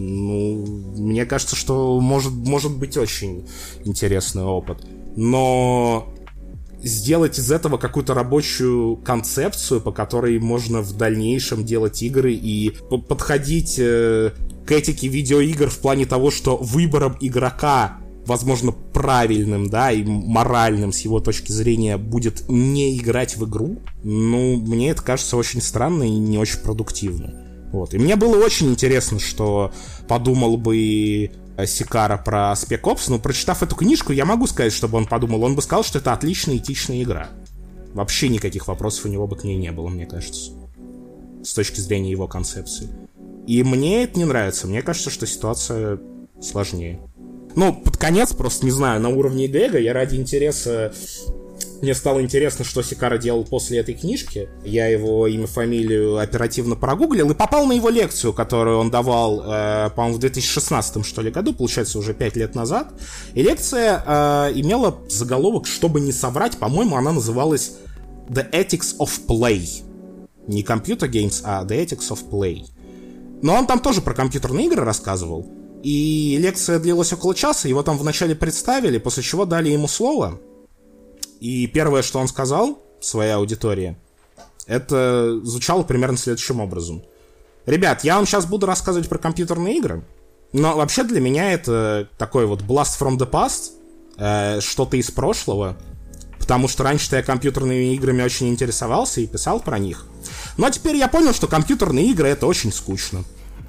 мне кажется, что может быть очень интересный опыт. Но сделать из этого какую-то рабочую концепцию, по которой можно в дальнейшем делать игры и подходить к этике видеоигр в плане того, что выбором игрока, возможно, правильным, да, и моральным с его точки зрения будет не играть в игру, мне это кажется очень странно и не очень продуктивно. Вот. И мне было очень интересно, что подумал бы Сикара про Spec Ops, но прочитав эту книжку, я могу сказать, чтобы он подумал. Он бы сказал, что это отличная этичная игра. Вообще никаких вопросов у него бы к ней не было, мне кажется. С точки зрения его концепции. И мне это не нравится. Мне кажется, что ситуация сложнее. Под конец, просто не знаю, на уровне Гэга я ради интереса... Мне стало интересно, что Сикара делал после этой книжки. Я его имя, фамилию оперативно прогуглил и попал на его лекцию, которую он давал, по-моему, в 2016, что ли, году, получается, уже 5 лет назад. И лекция имела заголовок, чтобы не соврать, по-моему, она называлась The Ethics of Play. Не Computer Games, а The Ethics of Play. Но он там тоже про компьютерные игры рассказывал. И лекция длилась около часа, его там вначале представили, после чего дали ему слово. И первое, что он сказал своей аудитории, это звучало примерно следующим образом. Ребят, я вам сейчас буду рассказывать про компьютерные игры, но вообще для меня это такой вот blast from the past, что-то из прошлого, потому что раньше-то я компьютерными играми очень интересовался и писал про них. Но теперь я понял, что компьютерные игры — это очень скучно.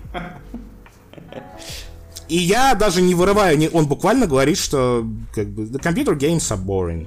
И я даже не вырываю, он буквально говорит, что the computer games are boring.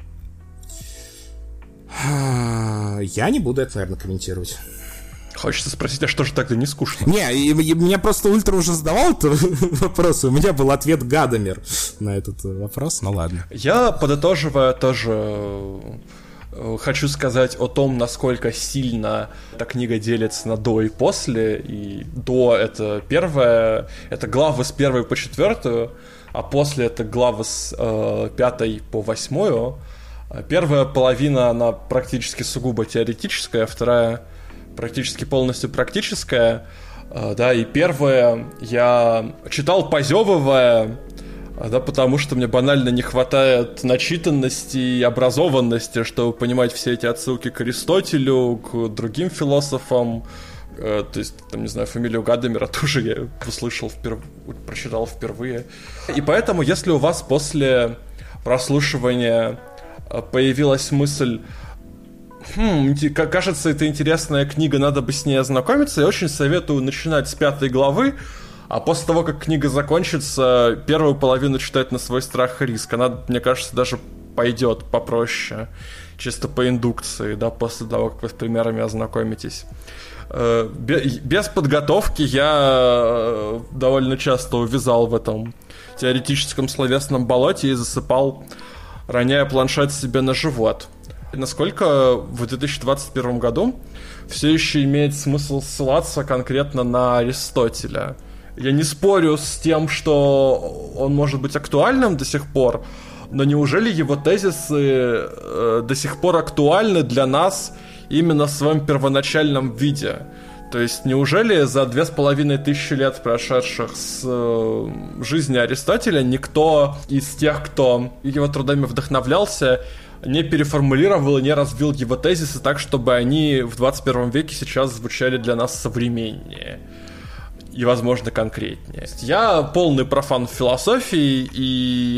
Я не буду это, наверное, комментировать. Хочется спросить, а что же тогда не скучно? Не, меня просто Ультра уже задавал этот вопрос, у меня был ответ Гадомер на этот вопрос, ладно. Я, подытоживая, тоже хочу сказать о том, насколько сильно эта книга делится на до и после. И до — это первое, это главы с 1 по 4, а после — это главы с 5 по 8. Первая половина, она практически сугубо теоретическая, вторая практически полностью практическая. Да, и первая я читал позевывая, да, потому что мне банально не хватает начитанности и образованности, чтобы понимать все эти отсылки к Аристотелю, к другим философам. То есть, не знаю, фамилию Гадомера тоже я услышал, прочитал впервые. И поэтому, если у вас после прослушивания появилась мысль, кажется, это интересная книга, надо бы с ней ознакомиться, я очень советую начинать с 5 главы, а после того, как книга закончится, первую половину читать на свой страх и риск. Она, мне кажется, даже пойдет попроще, чисто по индукции, да, после того, как вы с примерами ознакомитесь. Без подготовки я довольно часто увязал в этом теоретическом словесном болоте и засыпал, роняя планшет себе на живот. Насколько в 2021 году все еще имеет смысл ссылаться конкретно на Аристотеля? Я не спорю с тем, что он может быть актуальным до сих пор, но неужели его тезисы до сих пор актуальны для нас именно в своем первоначальном виде? То есть неужели за 2500 лет, прошедших с жизни Аристотеля, никто из тех, кто его трудами вдохновлялся, не переформулировал и не развил его тезисы так, чтобы они в 21 веке сейчас звучали для нас современнее и, возможно, конкретнее? Я полный профан в философии, и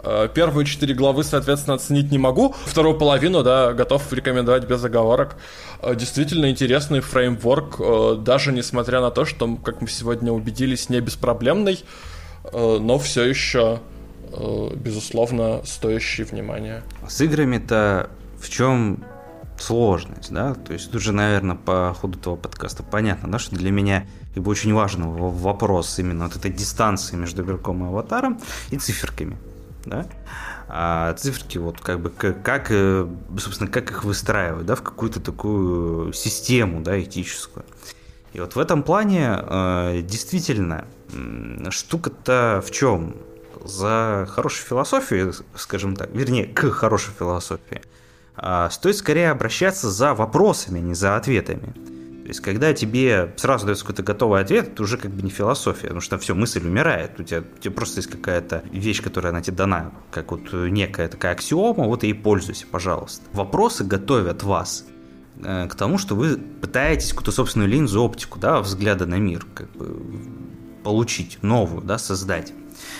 Первые 4 главы, соответственно, оценить не могу. Вторую половину, да, готов рекомендовать без оговорок. Действительно интересный фреймворк, даже несмотря на то, что, как мы сегодня убедились, не беспроблемный, но все еще, безусловно, стоящий внимания. С играми-то в чем сложность, да? То есть тут же, наверное, по ходу этого подкаста понятно, да, что для меня как бы очень важный вопрос именно вот этой дистанции между игроком и аватаром и циферками. Да? А циферки, вот как бы как, собственно, как их выстраивать, да, в какую-то такую систему, да, этическую. И вот в этом плане действительно штука-то в чем? За хорошую философию, скажем так, вернее, к хорошей философии, стоит скорее обращаться за вопросами, а не за ответами. То есть, когда тебе сразу дается какой-то готовый ответ, это уже как бы не философия, потому что все, мысль умирает, у тебя просто есть какая-то вещь, которая она тебе дана, как вот некая такая аксиома, вот и пользуйся, пожалуйста. Вопросы готовят вас к тому, что вы пытаетесь какую-то собственную линзу, оптику, да, взгляда на мир, как бы получить новую, да, создать.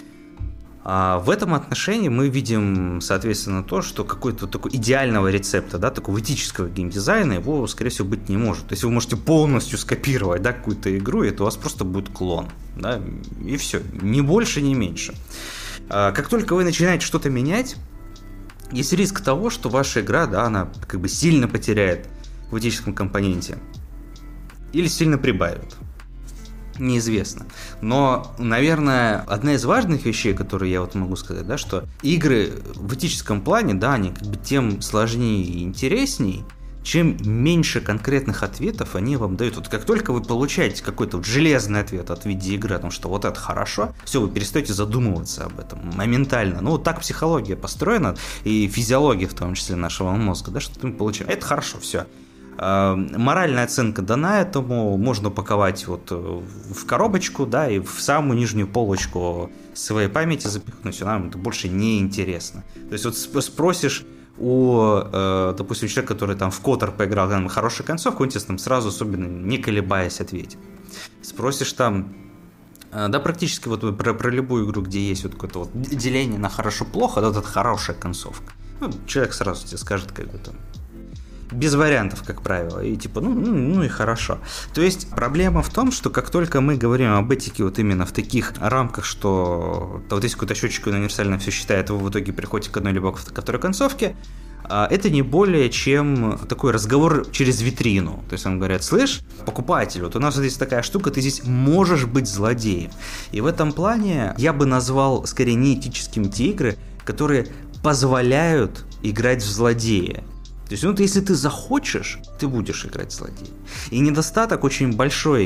А в этом отношении мы видим, соответственно, то, что какой-то такой идеального рецепта, да, такого этического геймдизайна, его, скорее всего, быть не может. То есть вы можете полностью скопировать, да, какую-то игру, и это у вас просто будет клон, да, и все, ни больше, ни меньше. Как только вы начинаете что-то менять, есть риск того, что ваша игра, да, она как бы сильно потеряет в этическом компоненте или сильно прибавит. Неизвестно. Но, наверное, одна из важных вещей, которые я вот могу сказать, да, что игры в этическом плане, да, они как бы тем сложнее и интересней, чем меньше конкретных ответов они вам дают. Вот как только вы получаете какой-то вот железный ответ от видеоигры о том, что вот это хорошо, все, вы перестаете задумываться об этом моментально. Ну, вот так психология построена, и физиология в том числе нашего мозга, да, что мы получаем. Это хорошо, все. Моральная оценка дана этому, можно упаковать вот в коробочку, да, и в самую нижнюю полочку своей памяти запихнуть, нам это больше не интересно. То есть вот спросишь у, допустим, человека, который там в Котор поиграл, там хорошая концовка, он тебе там сразу, особенно не колебаясь, ответит. Спросишь там, да, практически вот про любую игру, где есть вот какое-то вот деление на хорошо-плохо, да, вот это хорошая концовка. Ну, человек сразу тебе скажет, как бы там, без вариантов, как правило, и типа, ну и хорошо. То есть проблема в том, что как только мы говорим об этике вот именно в таких рамках, что вот есть какой-то счетчик универсально все считает, вы в итоге приходите к одной либо ко второй концовке, это не более чем такой разговор через витрину. То есть вам говорят, слышь, покупатель, вот у нас здесь такая штука, ты здесь можешь быть злодеем. И в этом плане я бы назвал скорее неэтическими те игры, которые позволяют играть в злодея. То есть, если ты захочешь, ты будешь играть злодея. И недостаток очень большой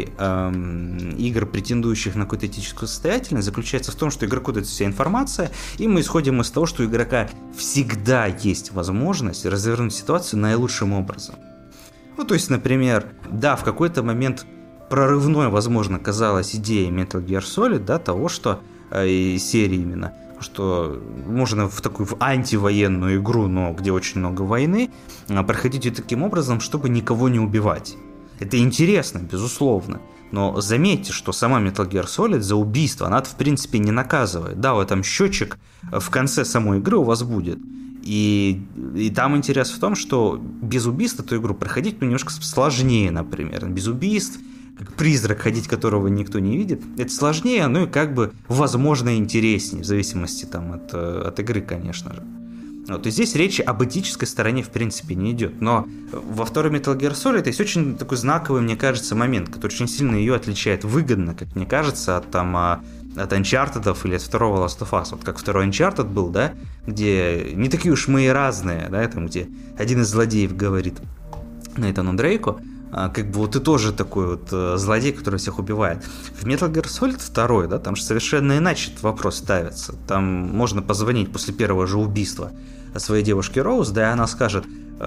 игр, претендующих на какую-то этическую состоятельность, заключается в том, что игроку дается вся информация, и мы исходим из того, что у игрока всегда есть возможность развернуть ситуацию наилучшим образом. Ну, то есть, например, да, в какой-то момент прорывной, возможно, казалась идея Metal Gear Solid, да, того, что серии именно, что можно в такую антивоенную игру, но где очень много войны, проходить ее таким образом, чтобы никого не убивать. Это интересно, безусловно. Но заметьте, что сама Metal Gear Solid за убийство, она в принципе не наказывает. Да, вот там счетчик в конце самой игры у вас будет. И там интерес в том, что без убийства эту игру проходить немножко сложнее, например. Без убийств, как призрак, ходить которого никто не видит, это сложнее, ну и как бы возможно интереснее, в зависимости там от игры, конечно же. Вот, и здесь речь об этической стороне в принципе не идет. Но во второй Metal Gear Solid есть очень такой знаковый, мне кажется, момент, который очень сильно ее отличает выгодно, как мне кажется, от Uncharted или от второго Last of Us. Вот как второй Uncharted был, да, где не такие уж мы и разные, да, там, где один из злодеев говорит Нейтану Дрейку, как бы вот ты тоже такой вот злодей, который всех убивает. В Metal Gear Solid 2, да, там же совершенно иначе этот вопрос ставится. Там можно позвонить после первого же убийства своей девушке Роуз, да, и она скажет,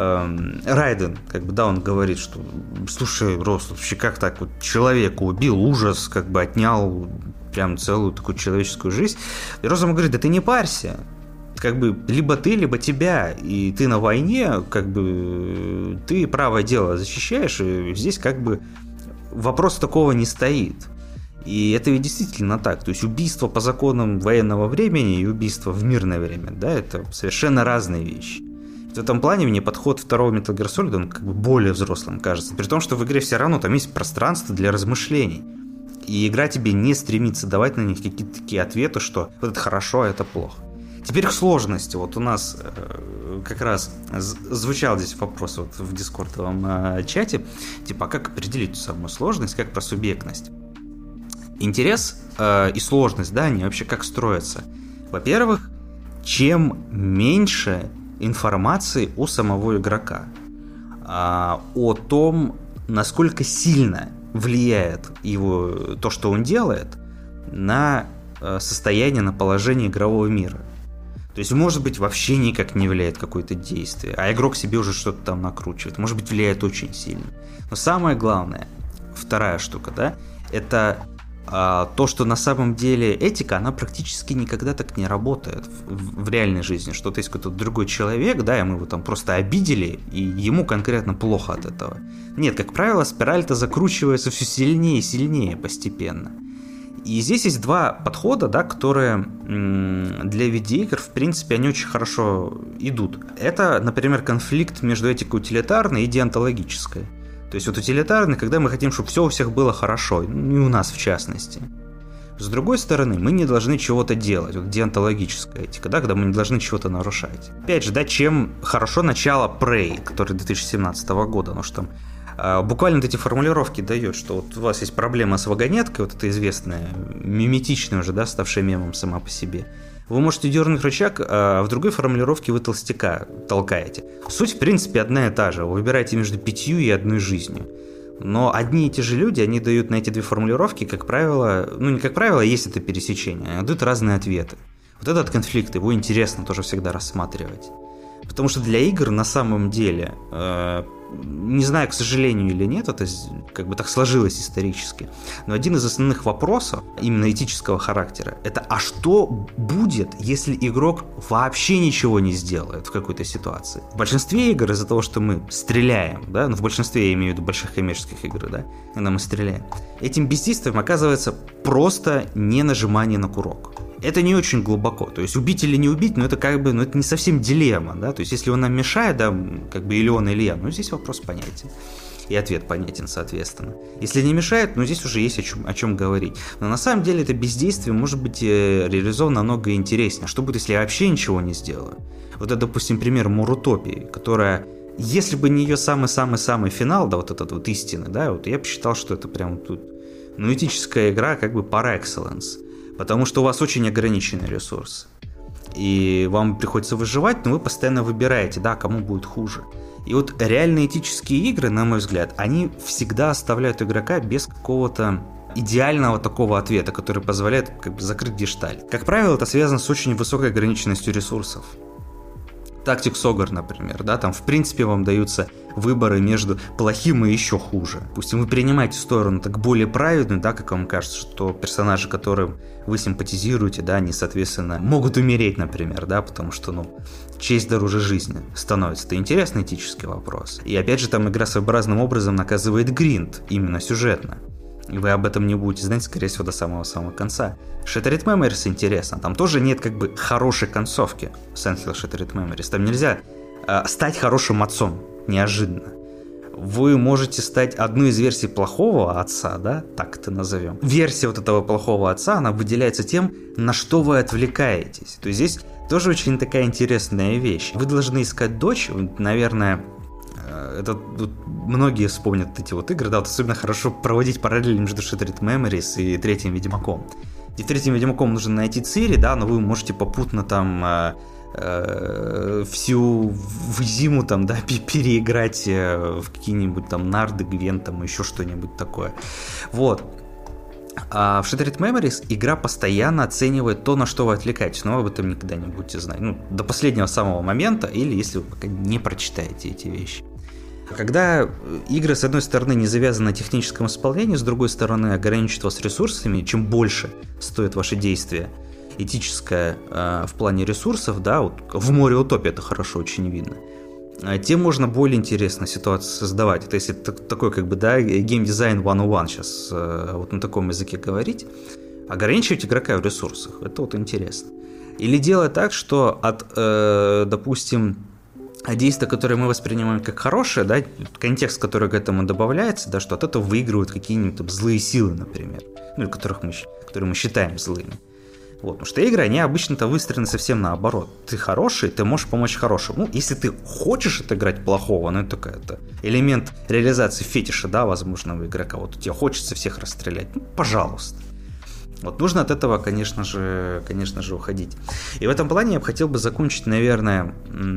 Райден, как бы, да, он говорит, что, слушай, Роуз, вообще как так вот человека убил, ужас, как бы отнял прям целую такую человеческую жизнь. И Роуз ему говорит, да ты не парься. Как бы либо ты, либо тебя, и ты на войне, как бы ты правое дело защищаешь, и здесь как бы вопрос такого не стоит. И это ведь действительно так. То есть убийство по законам военного времени и убийство в мирное время, да, это совершенно разные вещи. В этом плане мне подход второго Metal Gear Solid, он как бы более взрослым кажется. При том, что в игре все равно там есть пространство для размышлений. И игра тебе не стремится давать на них какие-то такие ответы, что вот это хорошо, а это плохо. Теперь к сложности. Вот у нас как раз звучал здесь вопрос вот в дискордовом чате, типа, а как определить ту самую сложность, как про субъектность? Интерес и сложность, да, они вообще как строятся? Во-первых, чем меньше информации о самого игрока, о том, насколько сильно влияет его, то, что он делает, на состояние, на положение игрового мира. То есть, может быть, вообще никак не влияет какое-то действие, а игрок себе уже что-то там накручивает. Может быть, влияет очень сильно. Но самое главное, вторая штука, да, это то, что на самом деле этика, она практически никогда так не работает в реальной жизни, что есть какой-то другой человек, да, и мы его там просто обидели, и ему конкретно плохо от этого. Нет, как правило, спираль-то закручивается все сильнее и сильнее постепенно. И здесь есть два подхода, да, которые для видеоигр, в принципе, они очень хорошо идут. Это, например, конфликт между этикой утилитарной и деонтологической. То есть вот утилитарный, когда мы хотим, чтобы все у всех было хорошо, и у нас в частности. С другой стороны, мы не должны чего-то делать, вот деонтологическая этика, да, когда мы не должны чего-то нарушать. Опять же, да, чем хорошо начало Prey, который 2017 года, ну что там буквально вот эти формулировки дает, что вот у вас есть проблема с вагонеткой, вот эта известная, миметичная уже, да, ставшая мемом сама по себе. Вы можете дернуть рычаг, а в другой формулировке вы толстяка толкаете. Суть, в принципе, одна и та же. Вы выбираете между 5 и 1 жизнью. Но одни и те же люди, они дают на эти две формулировки, как правило, ну не как правило, есть это пересечение, они дают разные ответы. Вот этот конфликт, его интересно тоже всегда рассматривать. Потому что для игр на самом деле, не знаю, к сожалению или нет, это как бы так сложилось исторически, но один из основных вопросов, именно этического характера, это а что будет, если игрок вообще ничего не сделает в какой-то ситуации? В большинстве игр из-за того, что мы стреляем, да, ну в большинстве я имею в виду больших коммерческих игр, да, когда мы стреляем, этим бездействием оказывается просто не нажимание на курок. Это не очень глубоко, то есть убить или не убить, но это как бы, ну это не совсем дилемма, да, то есть если он нам мешает, да, как бы или он, или я, ну здесь вопрос понятен, и ответ понятен, соответственно. Если не мешает, ну здесь уже есть о чем говорить, но на самом деле это бездействие может быть реализовано намного интереснее. Что будет, если я вообще ничего не сделаю? Вот это, допустим, пример Мурутопии, которая, если бы не ее самый-самый-самый финал, да, вот этот вот истины, да, вот я бы считал, что это прям тут, ну этическая игра как бы par excellence. Потому что у вас очень ограниченный ресурс. И вам приходится выживать, но вы постоянно выбираете, да, кому будет хуже. И вот реальные этические игры, на мой взгляд, они всегда оставляют игрока без какого-то идеального такого ответа, который позволяет как бы закрыть гештальт. Как правило, это связано с очень высокой ограниченностью ресурсов. Tactics Ogre, например, да, там в принципе вам даются выборы между плохим и еще хуже. Допустим, вы принимаете сторону так более праведную, да, как вам кажется, что персонажи, которым вы симпатизируете, да, они, соответственно, могут умереть, например, да, потому что, ну, честь дороже жизни становится. Это интересный этический вопрос. И опять же, там игра своеобразным образом наказывает гринд, именно сюжетно. И вы об этом не будете знать, скорее всего, до самого-самого конца. Shattered Memories интересно. Там тоже нет как бы хорошей концовки Silent Hill Shattered Memories. Там нельзя стать хорошим отцом неожиданно. Вы можете стать одной из версий плохого отца, да, так это назовем. Версия вот этого плохого отца, она выделяется тем, на что вы отвлекаетесь. То есть здесь тоже очень такая интересная вещь. Вы должны искать дочь, наверное... Это тут многие вспомнят эти вот игры, да, вот особенно хорошо проводить параллели между Shattered Memories и третьим Ведьмаком. И в третьем Ведьмаком нужно найти Цири, да, но вы можете попутно там всю зиму там, да, переиграть в какие-нибудь там нарды, Гвен, там еще что-нибудь такое. Вот. А в Shattered Memories игра постоянно оценивает то, на что вы отвлекаетесь, но вы об этом никогда не будете знать. Ну, до последнего самого момента, или если вы пока не прочитаете эти вещи. Когда игры, с одной стороны, не завязаны на техническом исполнении, с другой стороны, ограничивают вас ресурсами, чем больше стоит ваше действие этическое в плане ресурсов, да, вот в море утопии это хорошо очень видно. тем можно более интересно ситуацию создавать. Это если такой, как бы, да, геймдизайн 101 сейчас вот на таком языке говорить, ограничивать игрока в ресурсах. Это вот интересно. Или делать так, что от, допустим, действия, которые мы воспринимаем как хорошее, да, контекст, который к этому добавляется, да, что от этого выигрывают какие-нибудь там злые силы, например, ну, которые мы считаем злыми. Вот, потому что игры, они обычно-то выстроены совсем наоборот. Ты хороший, ты можешь помочь хорошему. Ну, если ты хочешь отыграть плохого, ну, это такой элемент реализации фетиша, да, возможного игрока. Вот тебе хочется всех расстрелять, ну, пожалуйста. Вот нужно от этого, конечно же, уходить. И в этом плане я бы хотел бы закончить, наверное,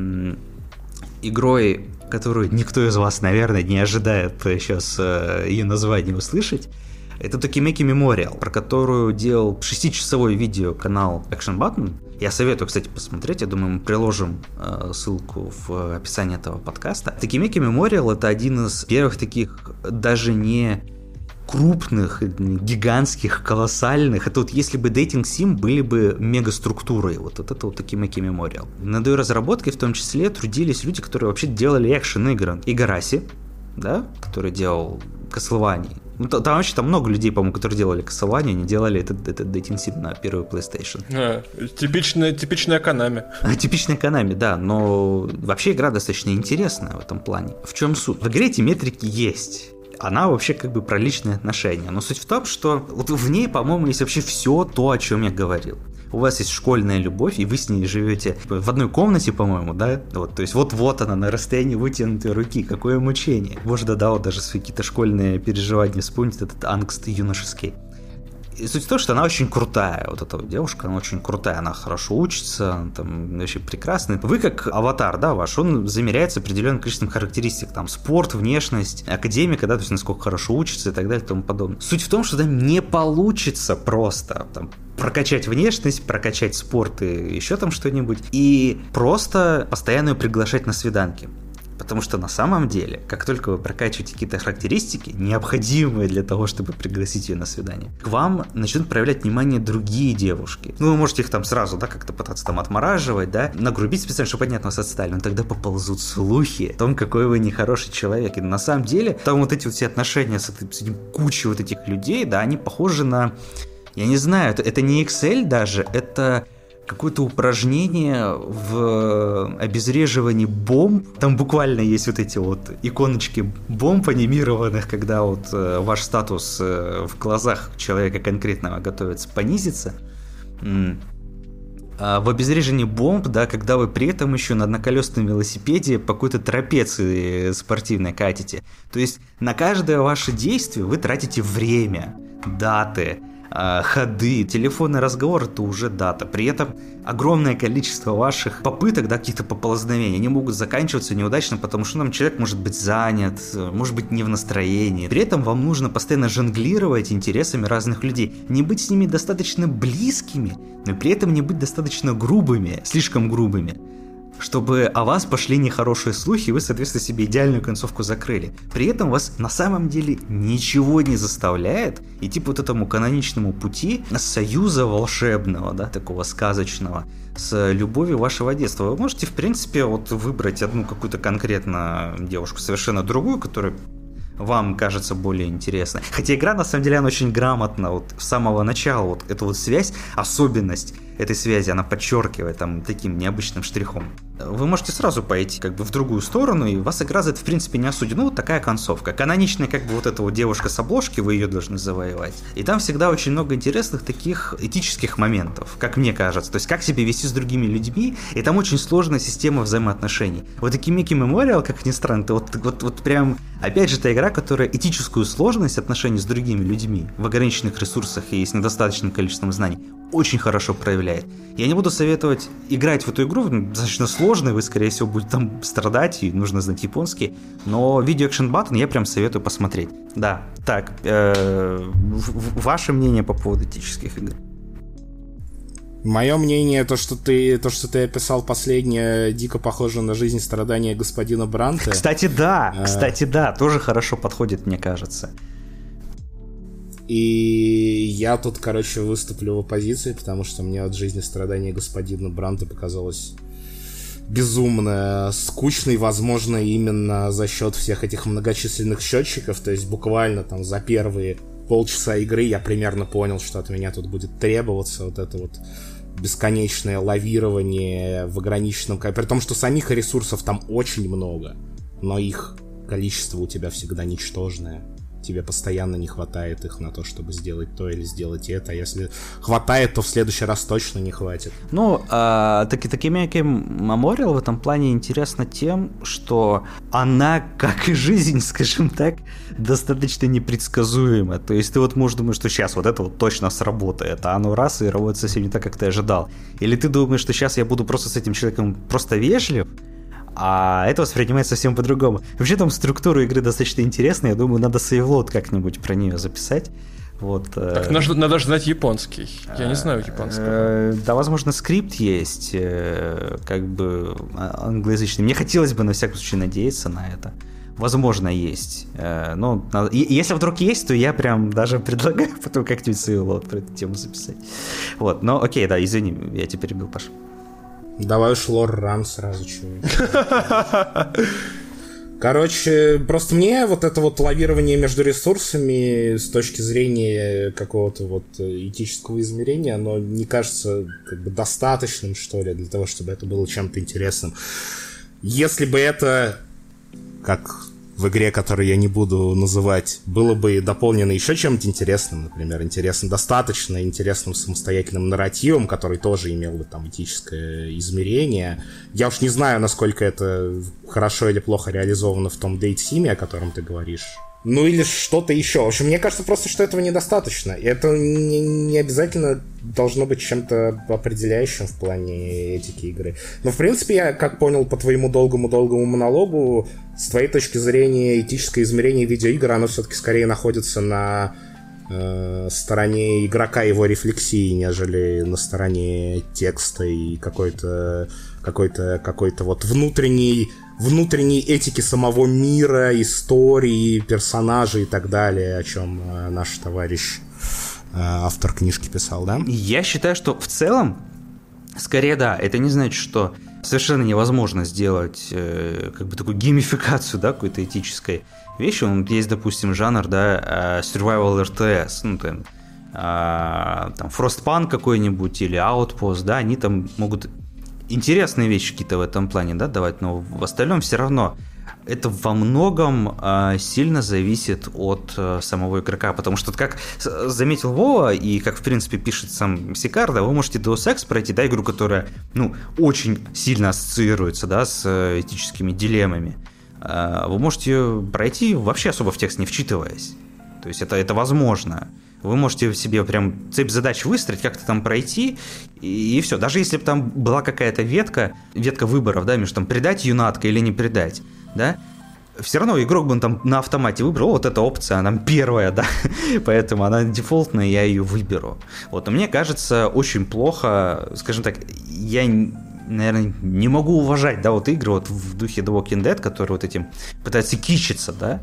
игрой, которую никто из вас, наверное, не ожидает сейчас ее название услышать. Это Tokimeki Memorial, про которую делал 6-часовое видео канал Action Button. Я советую, кстати, посмотреть. Я думаю, мы приложим ссылку в описании этого подкаста. Tokimeki Memorial — это один из первых таких даже не крупных, гигантских, колоссальных. Это вот если бы Dating Sim были бы мегаструктурой. Вот это вот Tokimeki Memorial. Над ее разработкой в том числе трудились люди, которые вообще делали экшен-игры. Игараси, да, который делал Castlevania. Ну, там вообще много людей, по-моему, которые делали Castlevania, они делали этот Dating Sim на первую PlayStation. Типичная Konami. Типичная Konami, да, но вообще игра достаточно интересная в этом плане. В чем суть? В игре эти метрики есть. Она вообще как бы про личные отношения. Но суть в том, что вот в ней, по-моему, есть вообще все то, о чем я говорил. У вас есть школьная любовь, и вы с ней живете в одной комнате, по-моему, да? Вот, то есть вот она на расстоянии вытянутой руки. Какое мучение. Можно, да, вот даже свои какие-то школьные переживания вспомнить, этот ангст юношеский. И суть в том, что она очень крутая. Вот эта вот девушка, она очень крутая, она хорошо учится, она там вообще прекрасная. Вы как аватар, да, ваш, он замеряется определенным количеством характеристик. Там спорт, внешность, академика, да, то есть насколько хорошо учится и так далее и тому подобное. Суть в том, что там не получится просто там прокачать внешность, прокачать спорт и еще там что-нибудь, и просто постоянно ее приглашать на свиданки. Потому что на самом деле, как только вы прокачиваете какие-то характеристики, необходимые для того, чтобы пригласить ее на свидание, к вам начнут проявлять внимание другие девушки. Ну, вы можете их там сразу, да, как-то пытаться там отмораживать, да, нагрубить специально, чтобы поднять вас отстали, но тогда поползут слухи о том, какой вы нехороший человек. И на самом деле, там вот эти вот все отношения с этим кучей вот этих людей, да, они похожи на, я не знаю, это не Excel даже, это какое-то упражнение в обезвреживании бомб. Там буквально есть вот эти вот иконочки бомб анимированных, когда вот ваш статус в глазах человека конкретного готовится понизиться. А в обезвреживании бомб, да, когда вы при этом еще на одноколесном велосипеде по какой-то трапеции спортивной катите. То есть на каждое ваше действие вы тратите время, даты, ходы, телефонный разговор — это уже дата. При этом огромное количество ваших попыток, да, каких-то поползновений, они могут заканчиваться неудачно, потому что человек может быть занят, может быть не в настроении. При этом вам нужно постоянно жонглировать интересами разных людей. Не быть с ними достаточно близкими, но при этом не быть достаточно грубыми, слишком грубыми, чтобы о вас пошли нехорошие слухи, и вы, соответственно, себе идеальную концовку закрыли. При этом вас на самом деле ничего не заставляет идти по вот этому каноничному пути союза волшебного, да, такого сказочного, с любовью вашего детства. Вы можете, в принципе, вот выбрать одну какую-то конкретно девушку, совершенно другую, которая вам кажется более интересной. Хотя игра, на самом деле, она очень грамотно вот с самого начала вот эту вот связь, особенность этой связи, она подчеркивает там таким необычным штрихом. Вы можете сразу пойти как бы в другую сторону, и вас игра за это в принципе не осудит. Ну, вот такая концовка. Каноничная как бы вот эта вот девушка с обложки, вы ее должны завоевать. И там всегда очень много интересных таких этических моментов, как мне кажется. То есть, как себя вести с другими людьми, и там очень сложная система взаимоотношений. Вот Tokimeki Memorial, как ни странно, это вот прям, опять же, та игра, которая этическую сложность отношений с другими людьми в ограниченных ресурсах и с недостаточным количеством знаний очень хорошо проявляет. Я не буду советовать играть в эту игру, достаточно сложной, вы, скорее всего, будете там страдать, и нужно знать японский, но видео Action Button я прям советую посмотреть. Да, так, ваше мнение по поводу этических игр? Мое мнение, то, что ты описал последнее, дико похоже на жизнь и страдания господина Бранте. Кстати, да, тоже хорошо подходит, мне кажется. И я тут, короче, выступлю в оппозиции, потому что мне от жизни и страдания господина Бранте показалось безумно скучный, возможно, именно за счет всех этих многочисленных счетчиков, то есть буквально там за первые полчаса игры я примерно понял, что от меня тут будет требоваться вот это вот бесконечное лавирование в ограниченном... При том, что самих ресурсов там очень много, но их количество у тебя всегда ничтожное. Тебе постоянно не хватает их на то, чтобы сделать то или сделать это. А если хватает, то в следующий раз точно не хватит. Ну, Такимеки Мемориал в этом плане интересна тем, что она, как и жизнь, скажем так, достаточно непредсказуема. То есть ты вот можешь думать, что сейчас вот это вот точно сработает, а оно раз и работает совсем не так, как ты ожидал. Или ты думаешь, что сейчас я буду просто с этим человеком просто вежлив, а это воспринимается совсем по-другому. Вообще там структура игры достаточно интересная, я думаю, надо сейвлот как-нибудь про нее записать. Вот. Так, надо же знать японский. Я не знаю японского. Да, возможно, скрипт есть, как бы англоязычный. Мне хотелось бы на всякий случай надеяться на это. Возможно, есть. Но если вдруг есть, то я прям даже предлагаю потом как-нибудь сейвлот про эту тему записать. Вот, но окей, да, извини, я тебя перебил, Паша. Давай уж лор-ран сразу чего. Короче, просто мне вот это вот лавирование между ресурсами с точки зрения какого-то вот этического измерения, оно не кажется как бы достаточным, что ли, для того, чтобы это было чем-то интересным. Если бы это, как в игре, которую я не буду называть, было бы дополнено еще чем-то интересным, например, достаточно интересным самостоятельным нарративом, который тоже имел бы там этическое измерение. Я уж не знаю, насколько это хорошо или плохо реализовано в том Дейт-Симе, о котором ты говоришь. Ну или что-то еще. В общем, мне кажется просто, что этого недостаточно. И это не обязательно должно быть чем-то определяющим в плане этики игры. Но, в принципе, я, как понял по твоему долгому монологу, с твоей точки зрения этическое измерение видеоигр, оно все-таки скорее находится на стороне игрока и его рефлексии, нежели на стороне текста и какой-то вот внутренней этики самого мира, истории, персонажей и так далее, о чем наш товарищ автор книжки писал, да? Я считаю, что в целом, скорее да, это не значит, что совершенно невозможно сделать как бы такую геймификацию, да, какой-то этической вещи. Есть, допустим, жанр, да, survival RTS, ну, там Frostpunk какой-нибудь или Outpost, да, они там могут интересные вещи какие-то в этом плане, да, давать, но в остальном все равно это во многом сильно зависит от самого игрока, потому что, как заметил Вова, и как, в принципе, пишет сам Сикар, да, вы можете Deus Ex пройти, да, игру, которая, ну, очень сильно ассоциируется, да, с этическими дилеммами. Вы можете ее пройти, вообще особо в текст не вчитываясь. То есть это возможно. Вы можете в себе прям цепь задач выстроить, как-то там пройти, и все. Даже если бы там была какая-то ветка выборов, да, между там предать юнатка или не предать, да, все равно игрок бы там на автомате выбрал, вот эта опция, она первая, да, поэтому она дефолтная, я ее выберу. Вот, но мне кажется, очень плохо, скажем так, я, наверное, не могу уважать, да, вот игры вот в духе The Walking Dead, которые вот этим пытаются кичиться, да,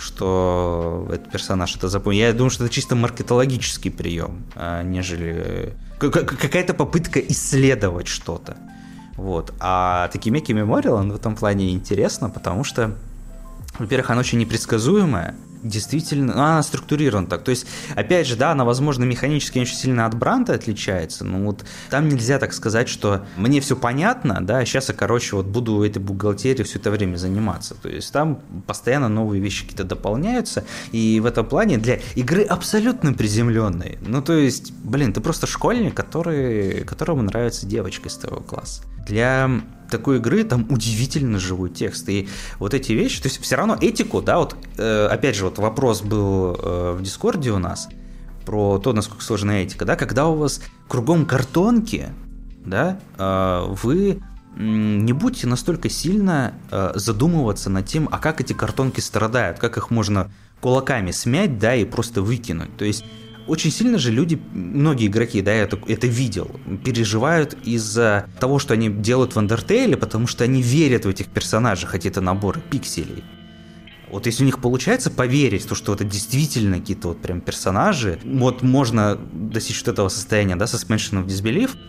что этот персонаж это запомнил. Я думаю, что это чисто маркетологический прием, нежели какая-то попытка исследовать что-то. Вот. А Такимеки Мемориал, он в этом плане интересно, потому что, во-первых, она очень непредсказуемая, действительно, она структурирована так. То есть, опять же, да, она, возможно, механически очень сильно от Бранта отличается, но вот там нельзя так сказать, что мне все понятно, да, сейчас я, короче, вот буду этой бухгалтерией все это время заниматься. То есть там постоянно новые вещи какие-то дополняются, и в этом плане для игры абсолютно приземленной. Ну, то есть, блин, ты просто школьник, которому нравится девочка из твоего класса. Для такой игры там удивительно живой текст. И вот эти вещи, то есть все равно этику, да, вот опять же, вот вопрос был в Дискорде у нас про то, насколько сложная этика, да, когда у вас кругом картонки, да, вы не будьте настолько сильно задумываться над тем, а как эти картонки страдают, как их можно кулаками смять, да, и просто выкинуть. То есть очень сильно же люди, многие игроки, да, я это видел, переживают из-за того, что они делают в Undertale, потому что они верят в этих персонажей, хотя это наборы пикселей. Вот если у них получается поверить в то, что это действительно какие-то вот прям персонажи, вот можно достичь вот этого состояния, да, suspension of disbelief,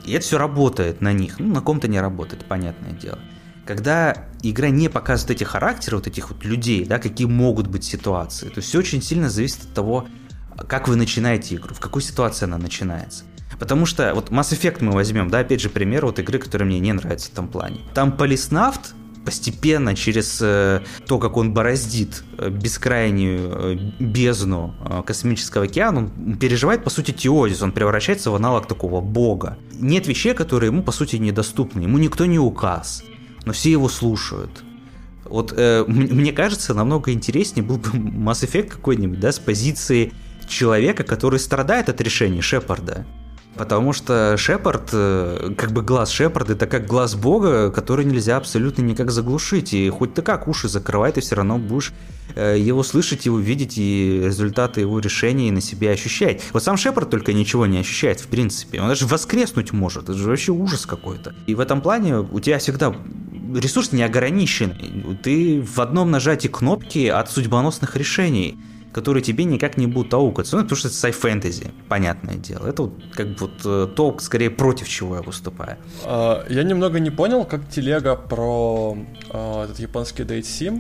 И это все работает на них. Ну, на ком-то не работает, понятное дело. Когда игра не показывает эти характеры, вот этих вот людей, да, какие могут быть ситуации, то все очень сильно зависит от того, как вы начинаете игру, в какой ситуации она начинается. Потому что вот Mass Effect мы возьмем, да, опять же пример вот игры, которая мне не нравится в этом плане. Там полиснавт постепенно через то, как он бороздит бескрайнюю бездну космического океана, он переживает, по сути, теодис, он превращается в аналог такого бога. Нет вещей, которые ему, по сути, недоступны, ему никто не указ, но все его слушают. Вот мне кажется, намного интереснее был бы Mass Effect какой-нибудь, да, с позиции человека, который страдает от решений Шепарда. Потому что Шепард, как бы глаз Шепарда, это как глаз Бога, который нельзя абсолютно никак заглушить. И хоть ты как уши закрывай, ты все равно будешь его слышать, его видеть, и результаты его решений на себе ощущать. Вот сам Шепард только ничего не ощущает, в принципе. Он даже воскреснуть может. Это же вообще ужас какой-то. И в этом плане у тебя всегда ресурс не ограничен. Ты в одном нажатии кнопки от судьбоносных решений, которые тебе никак не будут аукаться. Ну, потому что это sci-фэнтези, понятное дело. Это вот как бы вот то, скорее, против чего я выступаю. Я немного не понял, как телега про этот японский Date Sim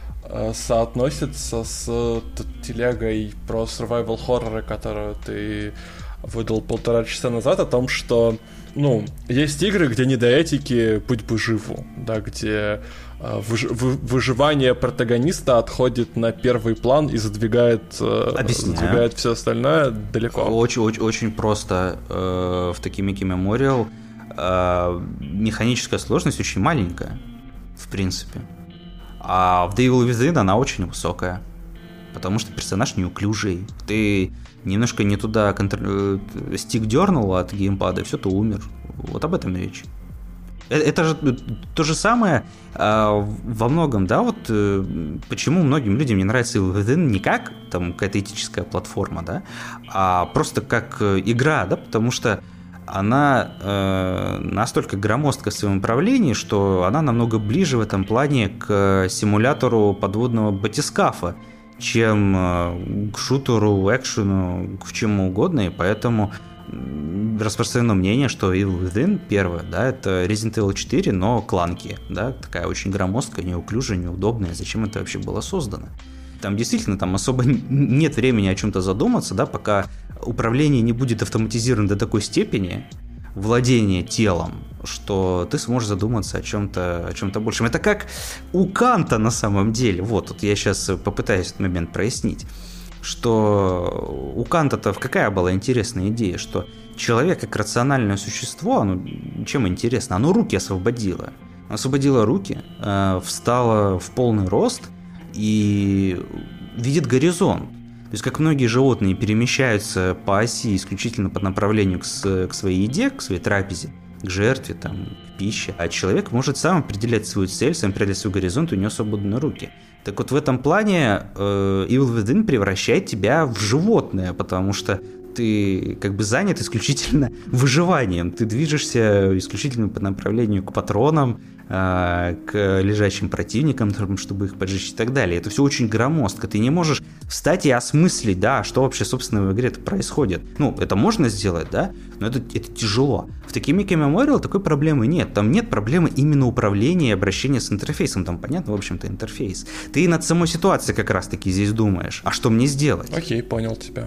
соотносится с телегой про survival хорроры, которую ты выдал 1,5 часа назад, о том, что, ну, есть игры, где не до этики «Будь бы живу», да, где выживание протагониста отходит на первый план и задвигает все остальное далеко. Очень просто. В Tokimeki Memorial механическая сложность очень маленькая, в принципе. А в The Evil Within она очень высокая, потому что персонаж неуклюжий. Ты немножко не туда стик дернул от геймпада, и все, ты умер. Вот об этом речь. Это же то же самое во многом, да, вот почему многим людям не нравится Evil Within не как там какая-то этическая платформа, да, а просто как игра, да, потому что она настолько громоздка в своем управлении, что она намного ближе в этом плане к симулятору подводного батискафа, чем к шутеру, экшену, к чему угодно, и поэтому распространено мнение, что Evil Within первое, да, это Resident Evil 4, но кланки, да, такая очень громоздкая, неуклюжая, неудобная, зачем это вообще было создано? Там действительно там особо нет времени о чем-то задуматься, да, пока управление не будет автоматизировано до такой степени, владение телом, что ты сможешь задуматься о чем-то большем. Это как у Канта на самом деле. Вот я сейчас попытаюсь этот момент прояснить. Что у Канта-то какая была интересная идея, что человек как рациональное существо, оно чем интересно? Оно руки освободило. Оно освободило руки, встало в полный рост и видит горизонт. То есть, как многие животные перемещаются по оси исключительно по направлению к своей еде, к своей трапезе, к жертве, там, к пище, а человек может сам определять свою цель, сам определять свой горизонт, у него свободны руки. Так вот, в этом плане Evil Within превращает тебя в животное, потому что ты как бы занят исключительно выживанием, ты движешься исключительно по направлению к патронам, к лежащим противникам, чтобы их поджечь и так далее. Это все очень громоздко. Ты не можешь встать и осмыслить, да, что вообще, собственно, в игре-то происходит. Ну, это можно сделать, да, но это тяжело. В Tokimeki Memorial такой проблемы нет. Там нет проблемы именно управления и обращения с интерфейсом. Там, понятно, в общем-то, интерфейс. Ты над самой ситуацией как раз-таки здесь думаешь. А что мне сделать? Окей, понял тебя.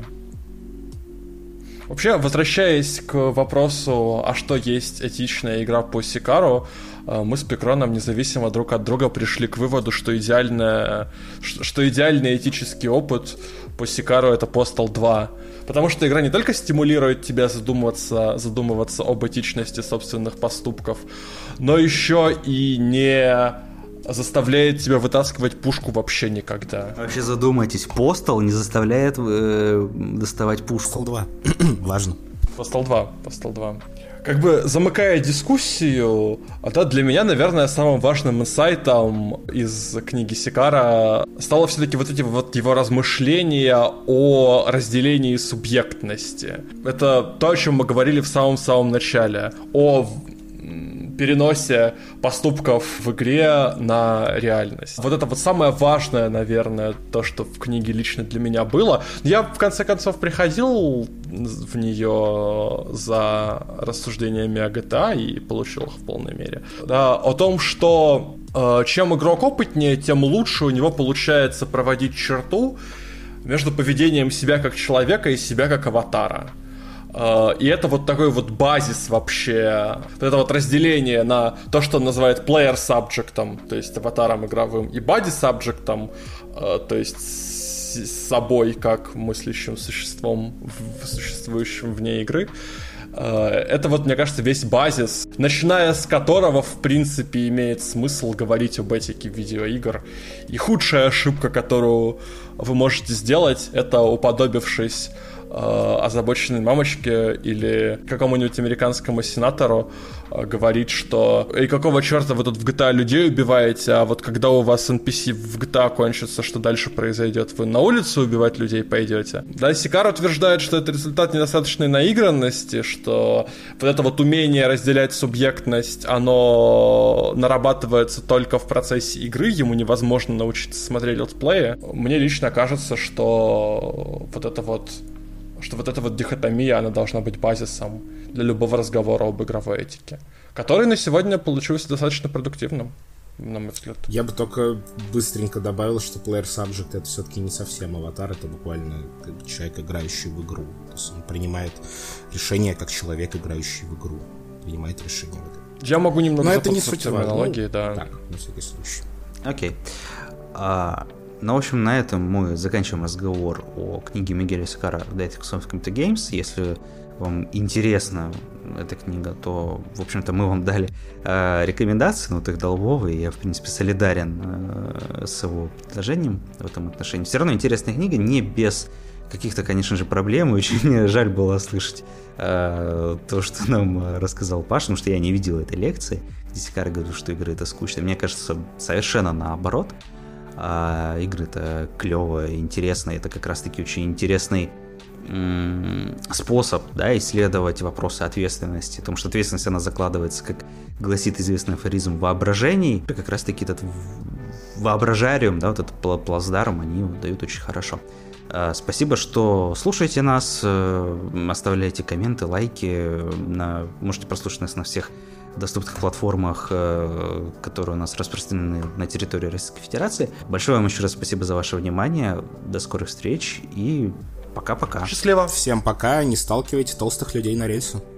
Вообще, возвращаясь к вопросу, а что есть этичная игра по Сикару, мы с Пикроном независимо друг от друга пришли к выводу, что идеальный этический опыт по Сикару — это Postal 2. Потому что игра не только стимулирует тебя задумываться об этичности собственных поступков, но еще и не заставляет тебя вытаскивать пушку вообще никогда. Вообще задумайтесь, Postal не заставляет доставать пушку. Postal 2. Важно. Postal 2. Как бы замыкая дискуссию, да, для меня, наверное, самым важным инсайтом из книги Сикара стало все-таки вот эти вот его размышления о разделении субъектности. Это то, о чем мы говорили в самом-самом начале. О переносе поступков в игре на реальность. Вот это вот самое важное, наверное, то, что в книге лично для меня было. Я, в конце концов, приходил в нее за рассуждениями о GTA и получил их в полной мере. Да, о том, что чем игрок опытнее, тем лучше у него получается проводить черту между поведением себя как человека и себя как аватара. И это вот такой вот базис вообще, вот это вот разделение на то, что он называет player-сабжектом, то есть аватаром игровым, и body-сабжектом, то есть с собой как мыслящим существом, существующим вне игры. Это вот, мне кажется, весь базис, начиная с которого, в принципе, имеет смысл говорить об этике видеоигр. И худшая ошибка, которую вы можете сделать, это, уподобившись озабоченной мамочке или какому-нибудь американскому сенатору, говорить, что «И какого черта вы тут в GTA людей убиваете, а вот когда у вас NPC в GTA кончится, что дальше произойдет? Вы на улицу убивать людей пойдете?» Да, Сикара утверждает, что это результат недостаточной наигранности, что вот это вот умение разделять субъектность, оно нарабатывается только в процессе игры, ему невозможно научиться смотреть летсплеи. Мне лично кажется, что вот эта вот дихотомия, она должна быть базисом для любого разговора об игровой этике, который на сегодня получился достаточно продуктивным, на мой взгляд. Я бы только быстренько добавил, что player subject — это все-таки не совсем аватар, это буквально человек, играющий в игру. То есть он принимает решение как человек, играющий в игру. Принимает решение в этой. Я могу немного запутаться в терминологии, да. Так, на всякий случай. Окей. Ну, в общем, на этом мы заканчиваем разговор о книге Мигеля Сикара «Ethics of Computer Games». Если вам интересна эта книга, то, в общем-то, мы вам дали рекомендации, но их дал Вова, и я, в принципе, солидарен с его предложением в этом отношении. Все равно интересная книга, не без каких-то, конечно же, проблем. Очень жаль было слышать то, что нам рассказал Паша, потому что я не видел этой лекции, где Сикар говорил, что игры — это скучно. Мне кажется, совершенно наоборот. Игры-то клевые, интересные. Это как раз-таки очень интересный способ, да, исследовать вопросы ответственности. Потому что ответственность, она закладывается, как гласит известный афоризм, в воображении. И как раз-таки этот воображариум, да, вот этот плацдарм, они его дают очень хорошо. Спасибо, что слушаете нас, оставляйте комменты, лайки. Можете прослушать нас на всех доступных платформах, которые у нас распространены на территории Российской Федерации. Большое вам еще раз спасибо за ваше внимание. До скорых встреч и пока-пока. Счастливо. Всем пока. Не сталкивайте толстых людей на рельсы.